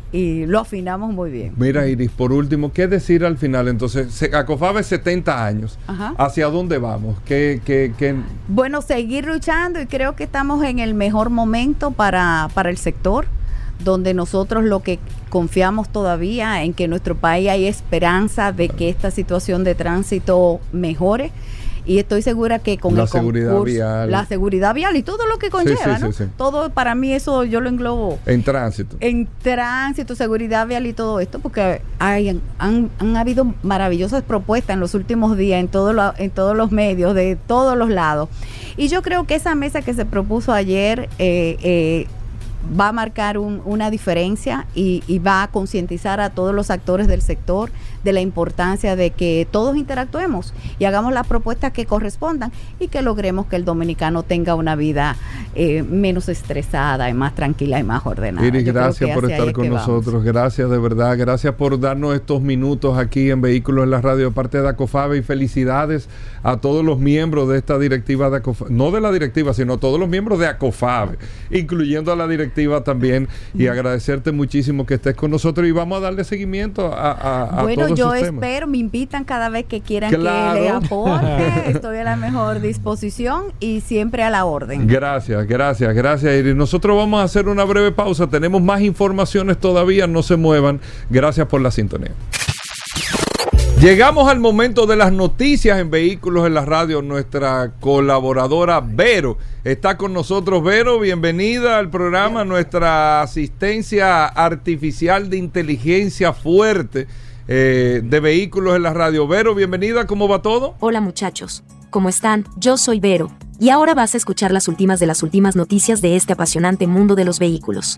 y lo afinamos muy bien. Mira, Iris, por último, ¿qué decir al final? Entonces, ACOFABE setenta años. Ajá. ¿Hacia dónde vamos? ¿Qué, qué, qué? Bueno, seguir luchando, y creo que estamos en el mejor momento para, para el sector, donde nosotros lo que confiamos todavía en que en nuestro país hay esperanza de que esta situación de tránsito mejore y estoy segura que con la el seguridad concurso, vial. la seguridad vial y todo lo que conlleva, Sí, sí, ¿no? sí, sí. Todo para mí eso yo lo englobo En tránsito. en tránsito, seguridad vial y todo esto, porque hay, han, han habido maravillosas propuestas en los últimos días en, todo lo, en todos los medios, de todos los lados. Y yo creo que esa mesa que se propuso ayer eh, eh, va a marcar un, una diferencia y, y va a concientizar a todos los actores del sector de la importancia de que todos interactuemos y hagamos las propuestas que correspondan y que logremos que el dominicano tenga una vida eh, menos estresada y más tranquila y más ordenada. Iris, Yo creo gracias que por hacia estar ahí con es que nosotros, vamos. gracias de verdad, gracias por darnos estos minutos aquí en Vehículos en la Radio, aparte de ACOFABE, y felicidades a todos los miembros de esta directiva de ACOFABE, no de la directiva, sino todos los miembros de ACOFABE, incluyendo a la directiva también, y agradecerte muchísimo que estés con nosotros y vamos a darle seguimiento a, a, a Bueno, todos yo esos temas. espero, me invitan cada vez que quieran Claro. que le aporte, estoy a la mejor disposición y siempre a la orden. Gracias, gracias, gracias, Iris. Nosotros vamos a hacer una breve pausa. Tenemos más informaciones todavía, no se muevan. Gracias por la sintonía. Llegamos al momento de las noticias en Vehículos en la Radio. Nuestra colaboradora Vero está con nosotros. Vero, bienvenida al programa. Nuestra asistencia artificial de inteligencia fuerte eh, de Vehículos en la Radio. Vero, bienvenida. ¿Cómo va todo? Hola muchachos, ¿cómo están? Yo soy Vero, y ahora vas a escuchar las últimas de las últimas noticias de este apasionante mundo de los vehículos.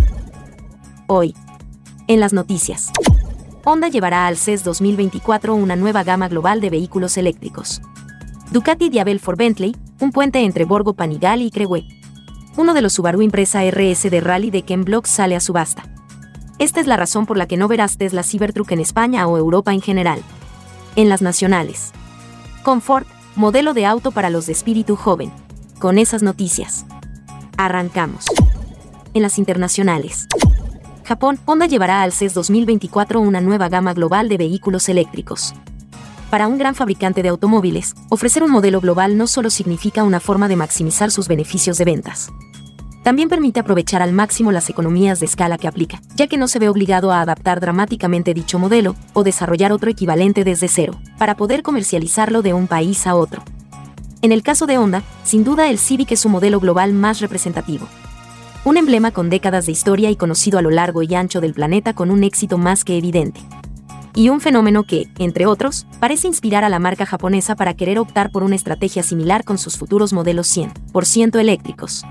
Hoy, en las noticias, Honda llevará al C E S dos mil veinticuatro una nueva gama global de vehículos eléctricos. Ducati Diavel for Bentley, un puente entre Borgo Panigale y Crewe. Uno de los Subaru Impreza R S de Rally de Ken Block sale a subasta. Esta es la razón por la que no verás Tesla Cybertruck en España o Europa en general. En las nacionales, Comfort, modelo de auto para los de espíritu joven. Con esas noticias, arrancamos. En las internacionales, Japón, Honda llevará al C E S dos mil veinticuatro una nueva gama global de vehículos eléctricos. Para un gran fabricante de automóviles, ofrecer un modelo global no solo significa una forma de maximizar sus beneficios de ventas. También permite aprovechar al máximo las economías de escala que aplica, ya que no se ve obligado a adaptar dramáticamente dicho modelo, o desarrollar otro equivalente desde cero, para poder comercializarlo de un país a otro. En el caso de Honda, sin duda el Civic es su modelo global más representativo. Un emblema con décadas de historia y conocido a lo largo y ancho del planeta con un éxito más que evidente. Y un fenómeno que, entre otros, parece inspirar a la marca japonesa para querer optar por una estrategia similar con sus futuros modelos cien por ciento eléctricos.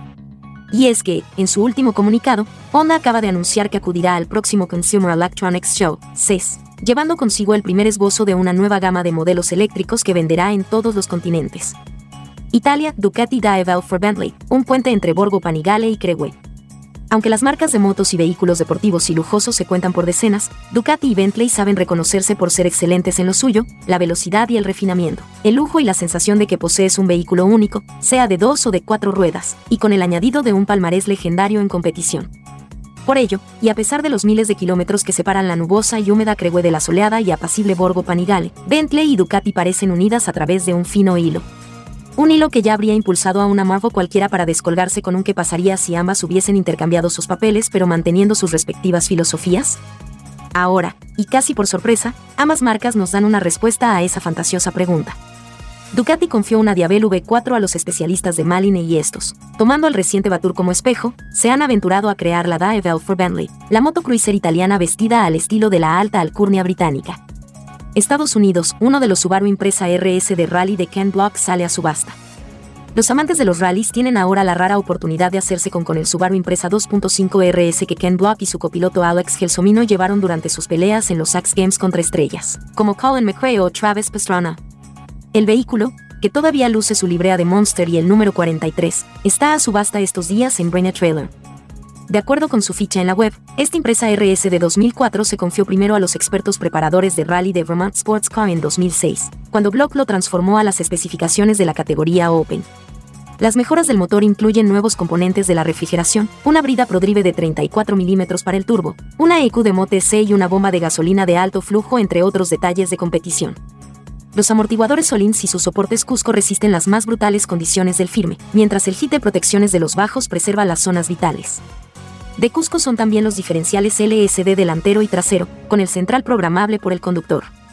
Y es que, en su último comunicado, Honda acaba de anunciar que acudirá al próximo Consumer Electronics Show, C E S, llevando consigo el primer esbozo de una nueva gama de modelos eléctricos que venderá en todos los continentes. Italia, Ducati Diavel for Bentley, un puente entre Borgo Panigale y Crewe. Aunque las marcas de motos y vehículos deportivos y lujosos se cuentan por decenas, Ducati y Bentley saben reconocerse por ser excelentes en lo suyo, la velocidad y el refinamiento, el lujo y la sensación de que posees un vehículo único, sea de dos o de cuatro ruedas, y con el añadido de un palmarés legendario en competición. Por ello, y a pesar de los miles de kilómetros que separan la nubosa y húmeda Crewe de la soleada y apacible Borgo Panigale, Bentley y Ducati parecen unidas a través de un fino hilo. Un hilo que ya habría impulsado a una Marvo cualquiera para descolgarse con un qué pasaría si ambas hubiesen intercambiado sus papeles pero manteniendo sus respectivas filosofías. Ahora, y casi por sorpresa, ambas marcas nos dan una respuesta a esa fantasiosa pregunta. Ducati confió una Diavel V cuatro a los especialistas de Maline y estos, tomando al reciente Vatour como espejo, se han aventurado a crear la Diavel for Bentley, la moto cruiser italiana vestida al estilo de la alta alcurnia británica. Estados Unidos, uno de los Subaru Impreza R S de Rally de Ken Block sale a subasta. Los amantes de los rallies tienen ahora la rara oportunidad de hacerse con con el Subaru Impreza dos punto cinco R S que Ken Block y su copiloto Alex Gelsomino llevaron durante sus peleas en los X Games contra estrellas, como Colin McRae o Travis Pastrana. El vehículo, que todavía luce su librea de Monster y el número cuarenta y tres, está a subasta estos días en Brenna Trailer. De acuerdo con su ficha en la web, esta Impreza R S de dos mil cuatro se confió primero a los expertos preparadores de rally de Vermont Sports Car en dos mil seis, cuando Block lo transformó a las especificaciones de la categoría Open. Las mejoras del motor incluyen nuevos componentes de la refrigeración, una brida ProDrive de treinta y cuatro milímetros para el turbo, una E Q de Mote C y una bomba de gasolina de alto flujo, entre otros detalles de competición. Los amortiguadores Solins y sus soportes Cusco resisten las más brutales condiciones del firme, mientras el hit de protecciones de los bajos preserva las zonas vitales. De Cusco son también los diferenciales L S D delantero y trasero, con el central programable por el conductor.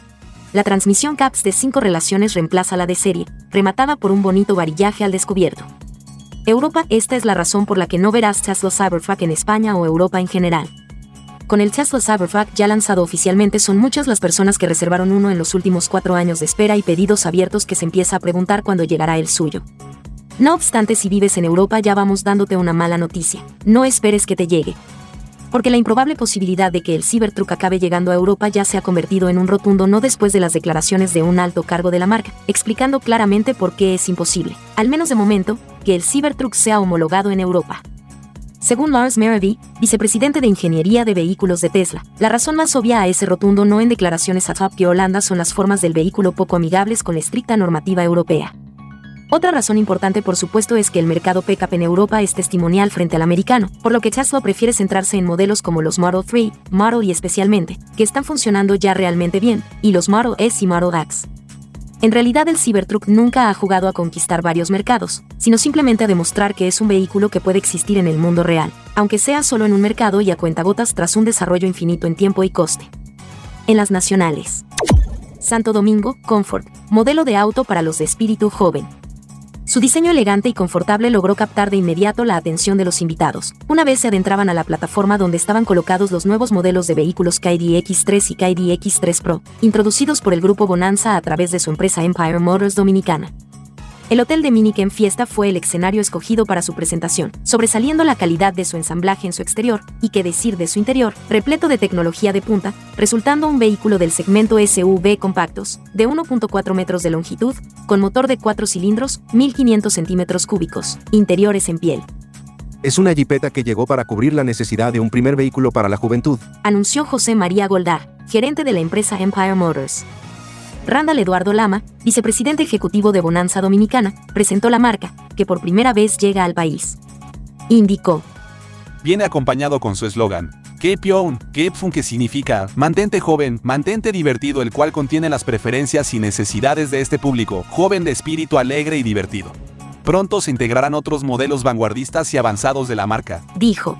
la transmisión C A P S de cinco relaciones reemplaza la de serie, rematada por un bonito varillaje al descubierto. Europa, esta es la razón por la que no verás Tesla Cybertruck en España o Europa en general. Con el Tesla Cybertruck ya lanzado oficialmente, son muchas las personas que reservaron uno en los últimos cuatro años de espera y pedidos abiertos que se empieza a preguntar cuándo llegará el suyo. No obstante, si vives en Europa ya vamos dándote una mala noticia, no esperes que te llegue. Porque la improbable posibilidad de que el Cybertruck acabe llegando a Europa ya se ha convertido en un rotundo no después de las declaraciones de un alto cargo de la marca, explicando claramente por qué es imposible, al menos de momento, que el Cybertruck sea homologado en Europa. Según Lars Merivy, vicepresidente de Ingeniería de Vehículos de Tesla, la razón más obvia a ese rotundo no en declaraciones a Top Gear Holanda son las formas del vehículo poco amigables con la estricta normativa europea. Otra razón importante, por supuesto, es que el mercado pick-up en Europa es testimonial frente al americano, por lo que Tesla prefiere centrarse en modelos como los Model tres, Model y especialmente, que están funcionando ya realmente bien, y los Model S y Model X. En realidad el Cybertruck nunca ha jugado a conquistar varios mercados, sino simplemente a demostrar que es un vehículo que puede existir en el mundo real, aunque sea solo en un mercado y a cuentagotas tras un desarrollo infinito en tiempo y coste. En las nacionales. Santo Domingo, Comfort, modelo de auto para los de espíritu joven. Su diseño elegante y confortable logró captar de inmediato la atención de los invitados, una vez se adentraban a la plataforma donde estaban colocados los nuevos modelos de vehículos K D X tres y K D X tres Pro, introducidos por el grupo Bonanza a través de su empresa Empire Motors Dominicana. El hotel de Miniken Fiesta fue el escenario escogido para su presentación, sobresaliendo la calidad de su ensamblaje en su exterior, y qué decir de su interior, repleto de tecnología de punta, resultando un vehículo del segmento S U V compactos, de uno punto cuatro metros de longitud, con motor de cuatro cilindros, mil quinientos centímetros cúbicos, interiores en piel. Es una jipeta que llegó para cubrir la necesidad de un primer vehículo para la juventud, anunció José María Goldar, gerente de la empresa Empire Motors. Randall Eduardo Lama, vicepresidente ejecutivo de Bonanza Dominicana, presentó la marca, que por primera vez llega al país. Indicó: viene acompañado con su eslogan, Keep Young, Keep Fun, que significa, mantente joven, mantente divertido, el cual contiene las preferencias y necesidades de este público, joven de espíritu alegre y divertido. Pronto se integrarán otros modelos vanguardistas y avanzados de la marca. Dijo.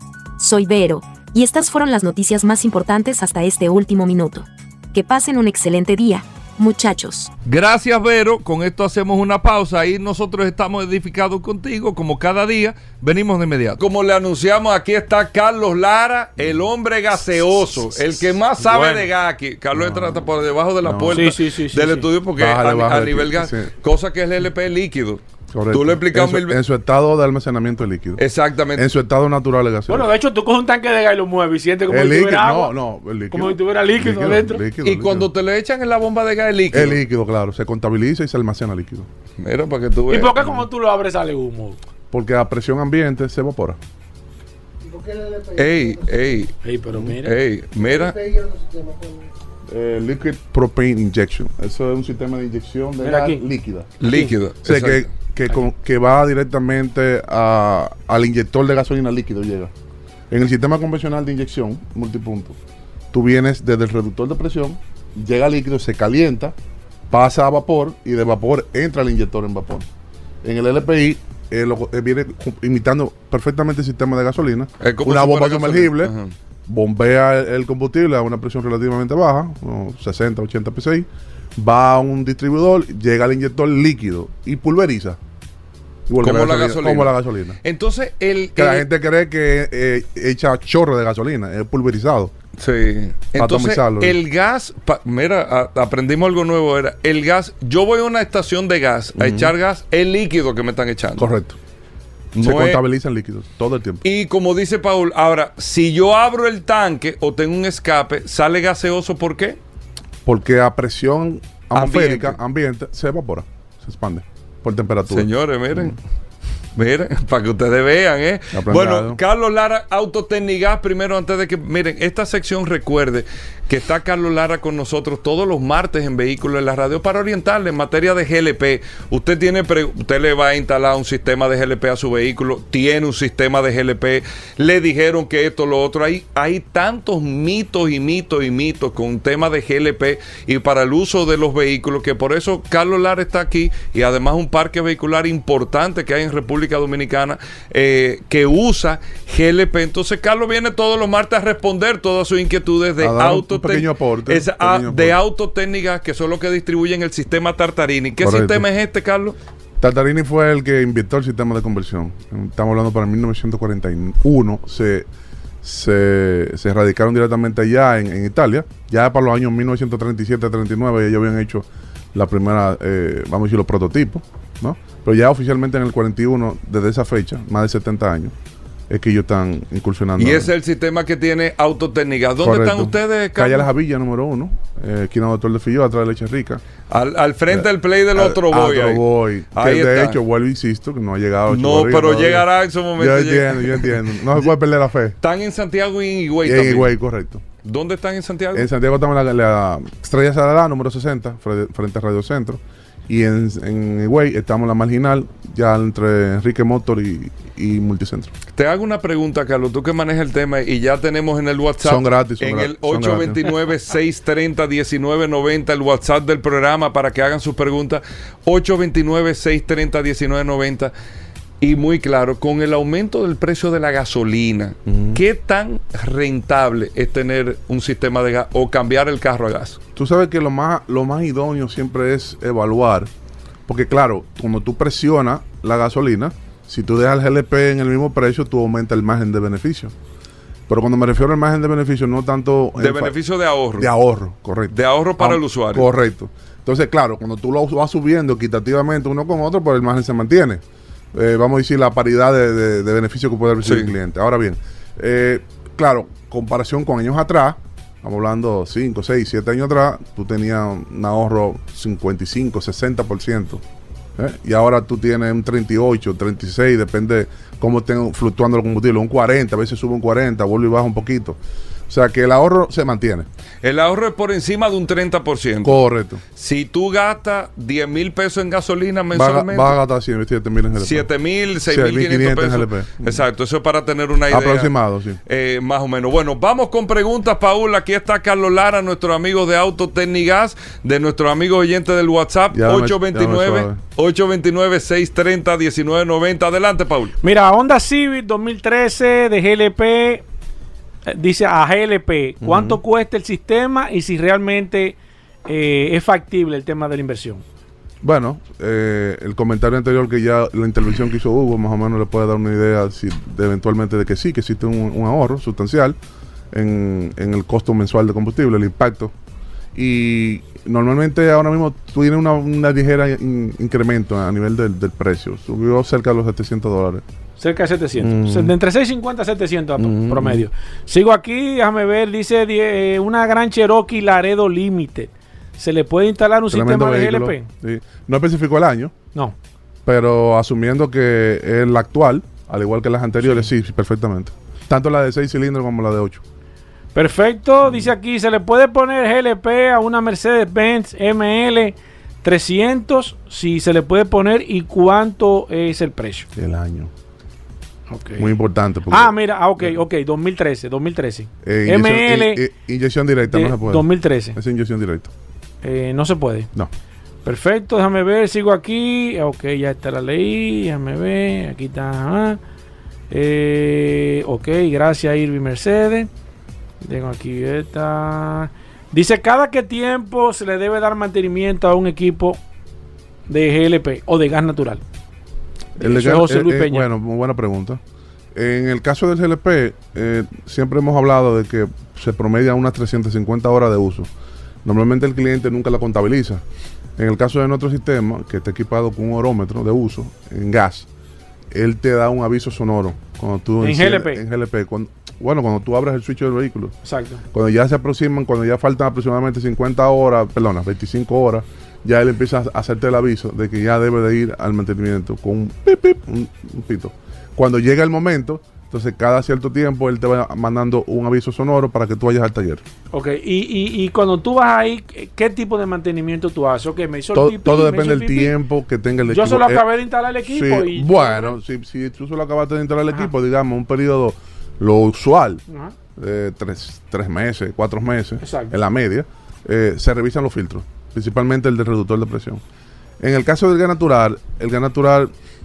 Soy Vero, y estas fueron las noticias más importantes hasta este último minuto. Que pasen un excelente día, muchachos. Gracias, Vero. Con esto hacemos una pausa. Ahí nosotros estamos edificados contigo, como cada día. Venimos de inmediato. Como le anunciamos, aquí está Carlos Lara, el hombre gaseoso, el que más sabe bueno. de gas aquí. Carlos no, entra por debajo de la no. puerta sí, sí, sí, del sí, estudio porque bájale, a, bájale, a nivel gas, sí. cosa que es el L P líquido. Correcto. Tú le explicas en, mil... en su estado de almacenamiento líquido. Exactamente. En su estado natural de gaseoso. Bueno, de hecho, tú coges un tanque de gas y lo mueves y sientes como el si tuviera líquido, agua. No, no, el líquido. Como si tuviera líquido, líquido adentro. Líquido, y líquido. Cuando te le echan en la bomba de gas el líquido. El líquido, claro. Se contabiliza y se almacena líquido. Mira, para que tú veas. ¿Y por qué cuando tú lo abres sale humo? Porque a presión ambiente se evapora. Ey, ey. Ey, pero mira. Ey, mira. Eh, liquid propane injection. Eso es un sistema de inyección de gas líquida. Líquido. O sea, que, que, con, que va directamente a, al inyector de gasolina líquido llega. En el sistema convencional de inyección multipunto, tú vienes desde el reductor de presión, llega líquido, se calienta, pasa a vapor y de vapor entra el inyector en vapor. En el L P I eh, lo, eh, viene imitando perfectamente el sistema de gasolina. Una bomba sumergible. Ajá. Bombea el combustible a una presión relativamente baja, unos sesenta, ochenta P S I, va a un distribuidor, llega al inyector líquido y pulveriza. Como la, gasolina, gasolina. Como la gasolina. Entonces, el, que el, la gente cree que eh, echa chorro de gasolina, es pulverizado. Sí. Entonces, el gas, pa, mira, a, aprendimos algo nuevo, era el gas, yo voy a una estación de gas a uh-huh. echar gas, el líquido que me están echando. Correcto. No se contabilizan líquidos todo el tiempo. Y como dice Paul, ahora, si yo abro el tanque o tengo un escape, ¿sale gaseoso? ¿Por qué? Porque a presión atmosférica, ambiente, ambiente se evapora, se expande por temperatura. Señores, miren. Mm. Miren, para que ustedes vean, ¿eh? Bueno, Carlos Lara, Autotecnigas, primero antes de que, miren, esta sección recuerde que está Carlos Lara con nosotros todos los martes en Vehículos en la Radio para orientarle en materia de G L P. Usted tiene, pre- usted le va a instalar un sistema de G L P a su vehículo, tiene un sistema de G L P, le dijeron que esto, lo otro, hay, hay tantos mitos y mitos y mitos con tema de G L P y para el uso de los vehículos que por eso Carlos Lara está aquí y además un parque vehicular importante que hay en República República Dominicana eh, que usa G L P. Entonces Carlos viene todos los martes a responder todas sus inquietudes de, auto aporte, es, a, de autotécnicas, que son los que distribuyen el sistema Tartarini. ¿Qué Correcto. sistema es este, Carlos? Tartarini fue el que inventó el sistema de conversión. Estamos hablando para mil novecientos cuarenta y uno. Se, se, se radicaron directamente allá en, en Italia. Ya para los años mil novecientos treinta y siete a treinta y nueve ellos habían hecho la primera, eh, vamos a decir, los prototipos, ¿no? Pero ya oficialmente en el cuarenta y uno, desde esa fecha, más de setenta años, es que ellos están incursionando. Y ese es el sistema que tiene Autotécnica. ¿Dónde Correcto. están ustedes, Carlos? Calle La Javilla, número uno, eh, aquí en el Doctor de Filló, atrás de Leche Rica. Al, al frente del play del otro boy. Otro boy. Ahí que de está. hecho, vuelvo e insisto, que no ha llegado. No, Chihuahua, pero todavía. llegará en su momento. Yo entiendo, yo entiendo. No se puede perder la fe. Están en Santiago y en Higüey En también. Higüey, correcto. ¿Dónde están en Santiago? En Santiago estamos en la, la Estrella Saladá, número sesenta, frente a Radio Centro. Y en, en Higüey estamos en la Marginal, ya entre Enrique Motor y, y Multicentro. Te hago una pregunta, Carlos, tú que manejas el tema y ya tenemos en el WhatsApp. Son gratis. Son en gratis, el ocho dos nueve, seis tres cero, uno nueve nueve cero, el WhatsApp del programa para que hagan sus preguntas. ocho dos nueve, seis tres cero, uno nueve nueve cero. Y muy claro, con el aumento del precio de la gasolina, uh-huh. ¿qué tan rentable es tener un sistema de gas o cambiar el carro a gas? Tú sabes que lo más, lo más idóneo siempre es evaluar, porque claro, cuando tú presionas la gasolina, si tú dejas el G L P en el mismo precio, tú aumentas el margen de beneficio. Pero cuando me refiero al margen de beneficio, no tanto... De beneficio de ahorro. De ahorro, correcto. De ahorro para ah, el usuario. Correcto. Entonces, claro, cuando tú lo vas subiendo equitativamente uno con otro, pues el margen se mantiene. Eh, vamos a decir la paridad de, de, de beneficio que puede recibir sí. el cliente. Ahora bien, eh, claro, comparación con años atrás, estamos hablando cinco, seis, siete años atrás, tú tenías un ahorro cincuenta y cinco, sesenta por ciento. ¿eh? Y ahora tú tienes un treinta y ocho, treinta y seis, depende cómo estén fluctuando los combustibles, un cuarenta, a veces sube un cuarenta, vuelve y baja un poquito. O sea que el ahorro se mantiene. El ahorro es por encima de un treinta por ciento. Correcto. Si tú gastas diez mil pesos en gasolina mensualmente, va a gastar siete mil en G L P. siete mil, seis mil quinientos pesos. En G L P. Exacto, eso es para tener una idea. Aproximado, sí. Eh, más o menos. Bueno, vamos con preguntas, Paul. Aquí está Carlos Lara, nuestro amigo de Autotécnicas, de nuestro amigo oyente del WhatsApp, ocho dos nueve, seis tres cero, uno nueve nueve cero. Adelante, Paul. Mira, Honda Civic dos mil trece de G L P. Dice a G L P, ¿cuánto uh-huh. cuesta el sistema y si realmente eh, es factible el tema de la inversión? Bueno, eh, el comentario anterior que ya la intervención que hizo Hugo más o menos le puede dar una idea si, de eventualmente de que sí, que existe un, un ahorro sustancial en, en el costo mensual de combustible, el impacto. Y normalmente ahora mismo tú tienes una, una ligera in, incremento a nivel del, del precio. Subió cerca de los setecientos dólares. Cerca de setecientos. Mm. De entre seiscientos cincuenta a setecientos mm. promedio. Sigo aquí, déjame ver, dice eh, una gran Cherokee Laredo Limited. ¿Se le puede instalar un Tremendo sistema vehículo, de G L P? Sí. No especificó el año. No. Pero asumiendo que es la actual, al igual que las anteriores, sí, sí perfectamente. Tanto la de seis cilindros como la de ocho. Perfecto. Dice aquí, ¿se le puede poner G L P a una Mercedes-Benz M L trescientos? Si se le puede poner, ¿y cuánto es el precio? El año. Okay. Muy importante. Ah, mira, ah, ok, ok, dos mil trece, dos mil trece. Eh, inyección, M L. Eh, eh, inyección directa, no se puede. dos mil trece. Es inyección directa. Eh, no se puede. No. Perfecto, déjame ver, sigo aquí. Ok, ya está la ley, déjame ver, aquí está. Ah. Eh, ok, gracias Irving Mercedes. Tengo aquí esta. Dice, ¿cada qué tiempo se le debe dar mantenimiento a un equipo de G L P o de gas natural? El de José Luis eh, Peña. Bueno, muy buena pregunta. En el caso del G L P, eh, siempre hemos hablado de que se promedia unas trescientas cincuenta horas de uso. Normalmente el cliente nunca la contabiliza. En el caso de nuestro sistema, que está equipado con un orómetro de uso en gas, él te da un aviso sonoro. Cuando tú en enciendes, G L P. En G L P. Cuando, bueno, cuando tú abres el switch del vehículo. Exacto. Cuando ya se aproximan, cuando ya faltan aproximadamente cincuenta horas, perdón, veinticinco horas, ya él empieza a hacerte el aviso de que ya debe de ir al mantenimiento con un pip, pip, un, un pito. Cuando llega el momento, entonces cada cierto tiempo él te va mandando un aviso sonoro para que tú vayas al taller. Ok, y, y, y cuando tú vas ahí, ¿qué tipo de mantenimiento tú haces? Okay, me hizo todo, el pipí, todo me depende hizo del tiempo que tenga el Yo equipo. Yo solo eh, acabé de instalar el equipo. Sí, y bueno, si, si tú solo acabaste de instalar el Ajá. equipo, digamos, un periodo, lo usual, eh, tres, tres meses, cuatro meses, Exacto. en la media, eh, se revisan los filtros, principalmente el del reductor de presión. En el caso del gas natural, el gas natural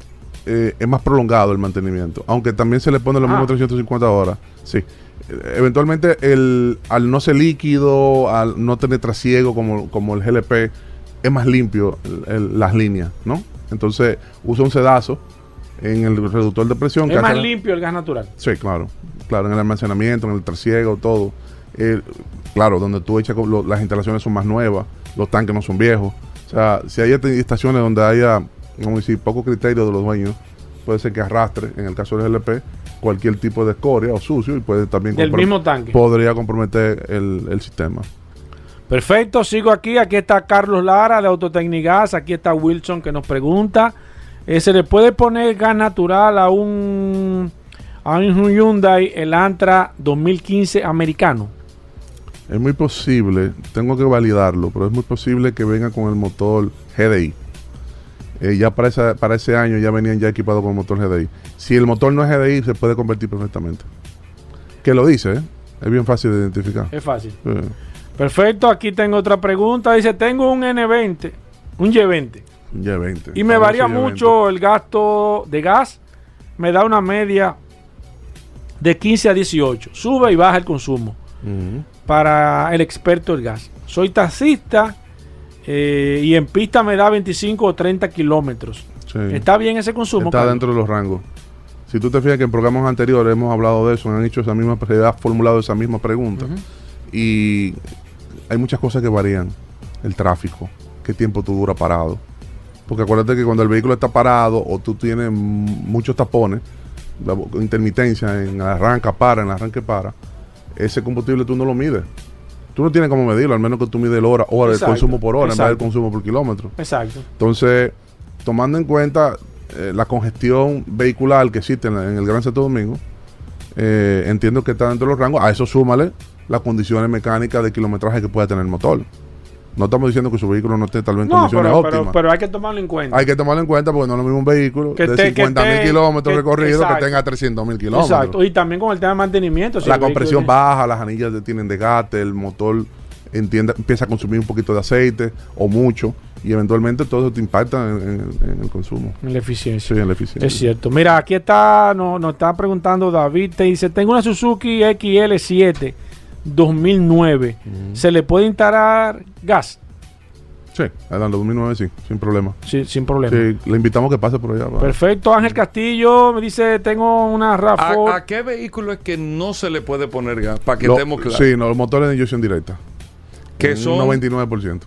eh, es más prolongado el mantenimiento, aunque también se le pone los Ah. mismos trescientas cincuenta horas. Sí. Eh, Eventualmente, el, al no ser líquido, al no tener trasiego como, como el G L P, es más limpio el- el- las líneas, ¿no? Entonces, usa un sedazo en el reductor de presión. Es que más hace- limpio el gas natural. Sí, claro. Claro, en el almacenamiento, en el trasiego, todo. Eh, claro, donde tú echas, lo- las instalaciones son más nuevas, los tanques no son viejos. O sea, si hay est- estaciones donde haya, vamos a decir, poco criterio de los dueños, puede ser que arrastre, en el caso del G L P, cualquier tipo de escoria o sucio y puede también... Del comprom- mismo tanque. Podría comprometer el, el sistema. Perfecto, sigo aquí. Aquí está Carlos Lara de Autotecnigas. Aquí está Wilson que nos pregunta: eh, ¿se le puede poner gas natural a un, a un Hyundai Elantra dos mil quince americano? Es muy posible, tengo que validarlo, pero es muy posible que venga con el motor G D I. Eh, ya para, esa- para ese año ya venían ya equipados con el motor G D I. Si el motor no es G D I, se puede convertir perfectamente. Que lo dice, ¿eh? Es bien fácil de identificar. Es fácil. Eh, Perfecto, aquí tengo otra pregunta. Dice: tengo un N veinte, un Y veinte, un Y veinte. y me Famoso varía Y veinte. mucho el gasto de gas. Me da una media de quince a dieciocho. Sube y baja el consumo. Ujú. Para el experto del gas. Soy taxista eh, y en pista me da veinticinco o treinta kilómetros. Sí. ¿Está bien ese consumo? Está Carlos? dentro de los rangos. Si tú te fijas que en programas anteriores hemos hablado de eso, han hecho esa misma, se ha formulado esa misma pregunta. Ujú. Y hay muchas cosas que varían. El tráfico, qué tiempo tú dura parado. Porque acuérdate que cuando el vehículo está parado o tú tienes m- muchos tapones, la bo- intermitencia en arranca, para, en arranque, para, ese combustible tú no lo mides. Tú no tienes cómo medirlo, al menos que tú mides el hora, hora el Exacto, consumo por hora, en vez exacto. del consumo por kilómetro. Exacto. Entonces, tomando en cuenta eh, la congestión vehicular que existe en, la- en el Gran Santo Domingo, eh, entiendo que está dentro de los rangos. A eso súmale las condiciones mecánicas de kilometraje que pueda tener el motor. No estamos diciendo que su vehículo no esté tal vez en No, condiciones pero, óptimas. pero, pero hay que tomarlo en cuenta. Hay que tomarlo en cuenta porque no es lo mismo un vehículo Que de esté- que cincuenta mil esté- kilómetros que- recorridos que exacto. tenga trescientos mil kilómetros. Exacto. Y también con el tema de mantenimiento. si La el vehículo compresión tiene- baja, las anillas de- tienen desgaste, el motor entiende, empieza a consumir un poquito de aceite o mucho y eventualmente todo eso te impacta en, en- en el consumo. En la eficiencia. Sí, en la eficiencia. Es cierto. Mira, aquí está, nos, nos está preguntando David, te dice: tengo una Suzuki X L siete dos mil nueve. ¿Se le puede instalar gas? Sí, adelante, dos mil nueve sí, sin problema. Sí, sin problema. Sí, le invitamos a que pase por allá. va. Perfecto. Ángel Castillo me dice: tengo una RAV cuatro. ¿A, a qué vehículo es que no se le puede poner gas? Para que Lo- estemos claros. Sí, no, los motores de inyección directa. Que Un son- noventa y nueve por ciento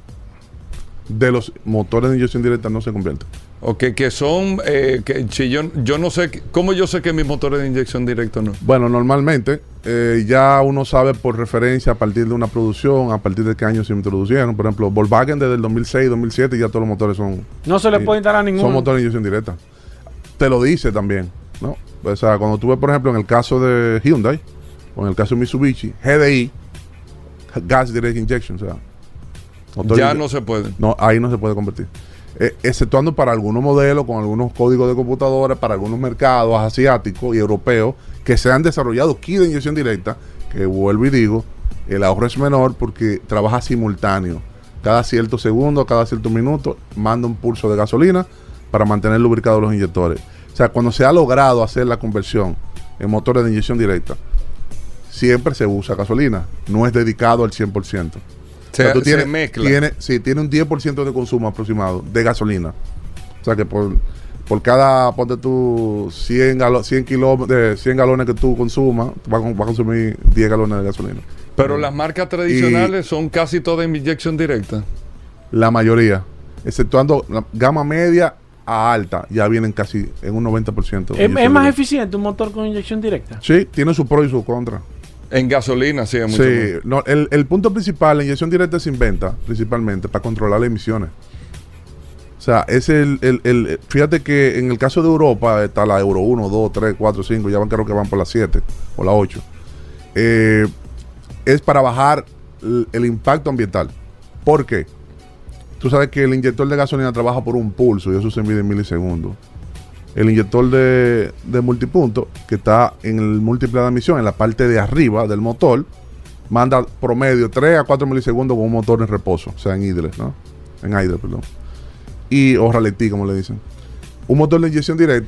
de los motores de inyección directa no se convierten. Ok, que son, eh, que si yo, yo no sé, que- ¿cómo yo sé que mis motores de inyección directa no? Bueno, normalmente eh, ya uno sabe por referencia a partir de una producción, a partir de qué año se introducieron. Por ejemplo, Volkswagen desde el dos mil seis, dos mil siete ya todos los motores son... No se le eh, puede instalar ninguno. Son motores de inyección directa. Te lo dice también, ¿no? O sea, cuando tú ves, por ejemplo, en el caso de Hyundai o en el caso de Mitsubishi, G D I, Gas Direct Injection, o sea... motor Ya de- no se puede. No, ahí no se puede convertir. Eh, exceptuando para algunos modelos con algunos códigos de computadora, para algunos mercados asiáticos y europeos que se han desarrollado kit de inyección directa, que vuelvo y digo, el ahorro es menor porque trabaja simultáneo. Cada cierto segundo, cada cierto minuto, manda un pulso de gasolina para mantener lubricados los inyectores. O sea, cuando se ha logrado hacer la conversión en motores de inyección directa, siempre se usa gasolina, no es dedicado al cien por ciento. Se, O sea, tú se tienes- mezcla. Tiene, sí, tiene un diez por ciento de consumo aproximado de gasolina. O sea que por, por cada, ponte tú, cien, galo, cien, kilómetros, de cien galones que tú consumas, vas a, vas a consumir diez galones de gasolina. Pero las marcas tradicionales son casi todas en inyección directa. La mayoría, exceptuando la gama media a alta, ya vienen casi en un noventa por ciento. de ¿Es, inyección es más directa. eficiente un motor con inyección directa? Sí, tiene su pro y su contra. En gasolina, sí, es mucho Sí, más. no, el, el punto principal, la inyección directa se inventa principalmente para controlar las emisiones. O sea, es el, el, el- fíjate que en el caso de Europa está la Euro uno, dos, tres, cuatro, cinco, ya van, creo que van por las siete o la ocho. Eh, es para bajar el, el impacto ambiental. ¿Por qué? Tú sabes que el inyector de gasolina trabaja por un pulso y eso se mide en milisegundos. El inyector de, de multipunto, que está en el múltiple de admisión, en la parte de arriba del motor, manda promedio tres a cuatro milisegundos con un motor en reposo, o sea, en idle, ¿no? En idle, perdón. Y, o ralentí, como le dicen. Un motor de inyección directa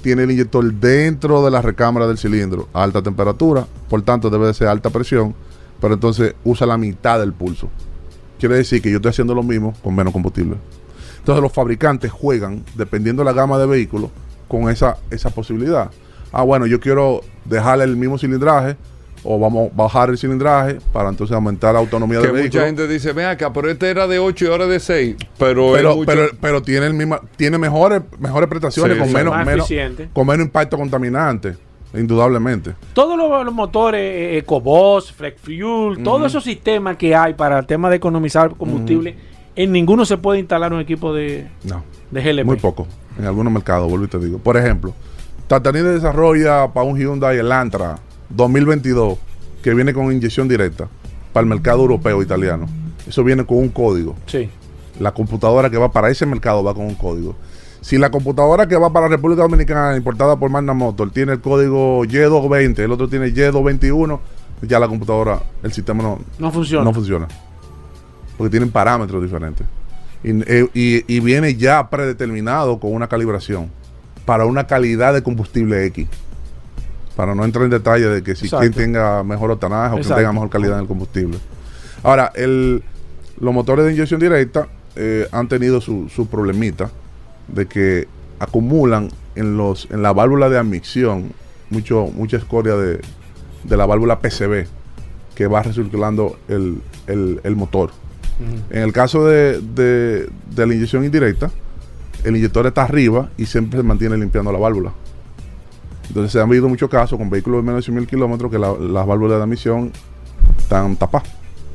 tiene el inyector dentro de la recámara del cilindro a alta temperatura, por tanto debe de ser alta presión, pero entonces usa la mitad del pulso. Quiere decir que yo estoy haciendo lo mismo con menos combustible. Entonces los fabricantes juegan, dependiendo de la gama de vehículos, con esa, esa posibilidad. Ah, bueno, yo quiero dejarle el mismo cilindraje, o vamos a bajar el cilindraje para entonces aumentar la autonomía que del vehículo. Mucha gente dice, ven acá, pero este era de ocho y ahora de seis. Pero, pero, mucho... pero, pero tiene el misma, tiene mejores, mejores prestaciones, sí, con, menos, menos, con menos impacto contaminante, indudablemente. Todos los, los motores, EcoBoost, Flex Fuel, uh-huh. todos esos sistemas que hay para el tema de economizar combustible, uh-huh. en ninguno se puede instalar un equipo de, no, de G L P. Muy poco, en algunos mercados, vuelvo y te digo. Por ejemplo, Tatanide desarrolla para un Hyundai Elantra dos mil veintidós, que viene con inyección directa para el mercado europeo italiano. Eso viene con un código. Sí. La computadora que va para ese mercado va con un código. Si la computadora que va para la República Dominicana, importada por Magna Motor, tiene el código Y doscientos veinte, el otro tiene Y doscientos veintiuno, ya la computadora, el sistema no, no funciona. No funciona. Porque tienen parámetros diferentes. Y, y, y viene ya predeterminado con una calibración para una calidad de combustible X. Para no entrar en detalle de que si quien tenga mejor octanaje o quien tenga mejor calidad en el combustible. Ahora, el, los motores de inyección directa eh, han tenido su, su problemita de que acumulan en los en la válvula de admisión mucho, mucha escoria de, de la válvula P C B que va recirculando el, el, el motor. Uh-huh. En el caso de, de, de la inyección indirecta, el inyector está arriba y siempre se mantiene limpiando la válvula. Entonces se han visto muchos casos con vehículos de menos de cien mil kilómetros que la, las válvulas de admisión están tapadas,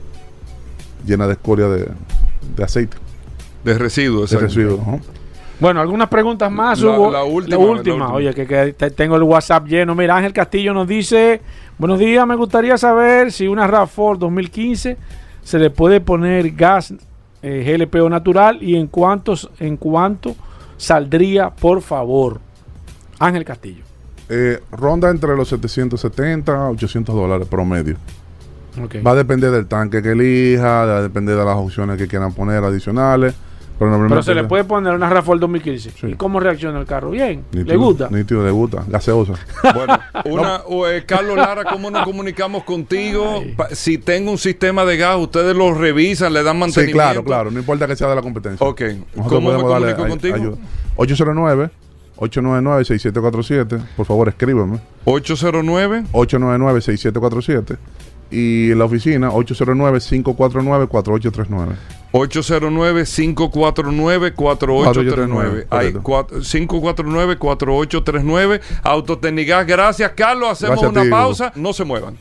llenas de escoria de, de aceite. De residuos. De residuos, ¿no? Bueno, algunas preguntas más, la, Hugo. La última. La última. La última. Oye, que, que te, tengo el WhatsApp lleno. Mira, Ángel Castillo nos dice, buenos días, me gustaría saber si una RAV cuatro dos mil quince se le puede poner gas eh, G L P o natural y en cuántos, en cuánto saldría, por favor. Ángel Castillo. Eh, ronda entre los setecientos setenta a ochocientos dólares promedio. Okay. Va a depender del tanque que elija, va a depender de las opciones que quieran poner adicionales. Pero, pero se le puede poner una RAV cuatro dos mil quince. Sí. ¿Y cómo reacciona el carro? Bien. Nítido, ¿Le gusta? Nítido, le gusta. Gaseosa. Bueno, una, no. eh, Carlos Lara, ¿cómo nos comunicamos contigo? Pa, si tengo un sistema de gas, ustedes lo revisan, le dan mantenimiento. Sí, claro, claro. No importa que sea de la competencia. Ok. Nosotros ¿Cómo me comunico darle, contigo? Ayuda. ocho cero nueve, ocho nueve nueve, seis siete cuatro siete. Por favor, escríbeme. ocho cero nueve, ocho nueve nueve, seis siete cuatro siete. Y la oficina, ocho cero nueve, cinco cuatro nueve, cuatro ocho tres nueve. ocho cero nueve, cinco cuatro nueve, cuatro ocho tres nueve. Hay cinco cuatro nueve, cuatro ocho tres nueve. Autotecnigas, gracias, Carlos. Hacemos gracias una ti, pausa. Hugo. No se muevan.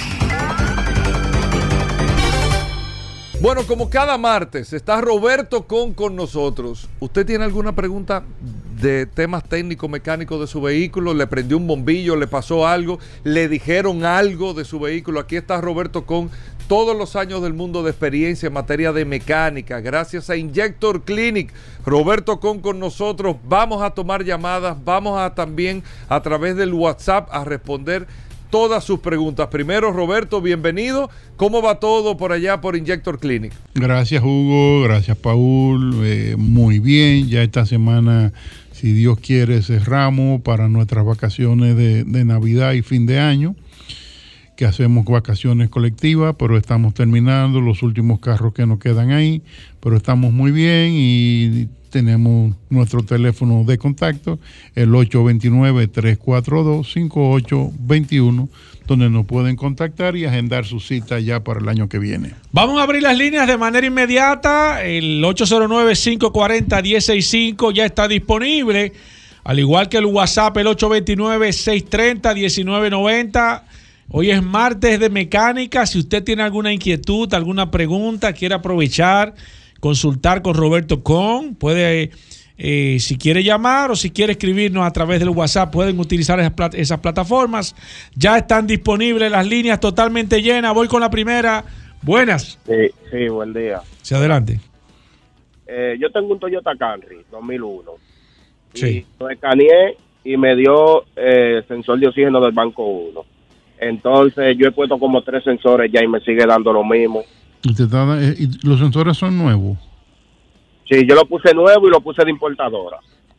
Bueno, como cada martes está Roberto Con con nosotros. ¿Usted tiene alguna pregunta de temas técnicos, mecánicos de su vehículo? ¿Le prendió un bombillo? ¿Le pasó algo? ¿Le dijeron algo de su vehículo? Aquí está Roberto Con, todos los años del mundo de experiencia en materia de mecánica, gracias a Injector Clinic. Roberto Con con nosotros. Vamos a tomar llamadas, vamos a también a través del WhatsApp a responder todas sus preguntas. Primero, Roberto, bienvenido. ¿Cómo va todo por allá por Injector Clinic? Gracias, Hugo. Gracias, Paul. Eh, muy bien. Ya esta semana, si Dios quiere, cerramos para nuestras vacaciones de, de Navidad y fin de año, que hacemos vacaciones colectivas, pero estamos terminando los últimos carros que nos quedan ahí, pero estamos muy bien y tenemos nuestro teléfono de contacto, el ocho dos nueve, tres cuatro dos, cinco ocho dos uno, donde nos pueden contactar y agendar su cita ya para el año que viene. Vamos a abrir las líneas de manera inmediata. El ocho cero nueve, cinco cuatro cero, uno cero seis cinco ya está disponible, al igual que el WhatsApp, el ocho dos nueve, seis tres cero, uno nueve nueve cero. Hoy es martes de mecánica. Si usted tiene alguna inquietud, alguna pregunta, quiere aprovechar, consultar con Roberto Con, puede, eh, si quiere llamar o si quiere escribirnos a través del WhatsApp, pueden utilizar esas, plat- esas plataformas. Ya están disponibles las líneas totalmente llenas. Voy con la primera. Buenas. Sí, sí, buen día. Sí, adelante. Eh, yo tengo un Toyota Camry dos mil uno. Sí. Y lo escaneé y me dio eh, sensor de oxígeno del banco uno. Entonces yo he puesto como tres sensores ya y me sigue dando lo mismo. ¿Y, te da, eh, y los sensores son nuevos? Sí, yo lo puse nuevo y lo puse de importadora.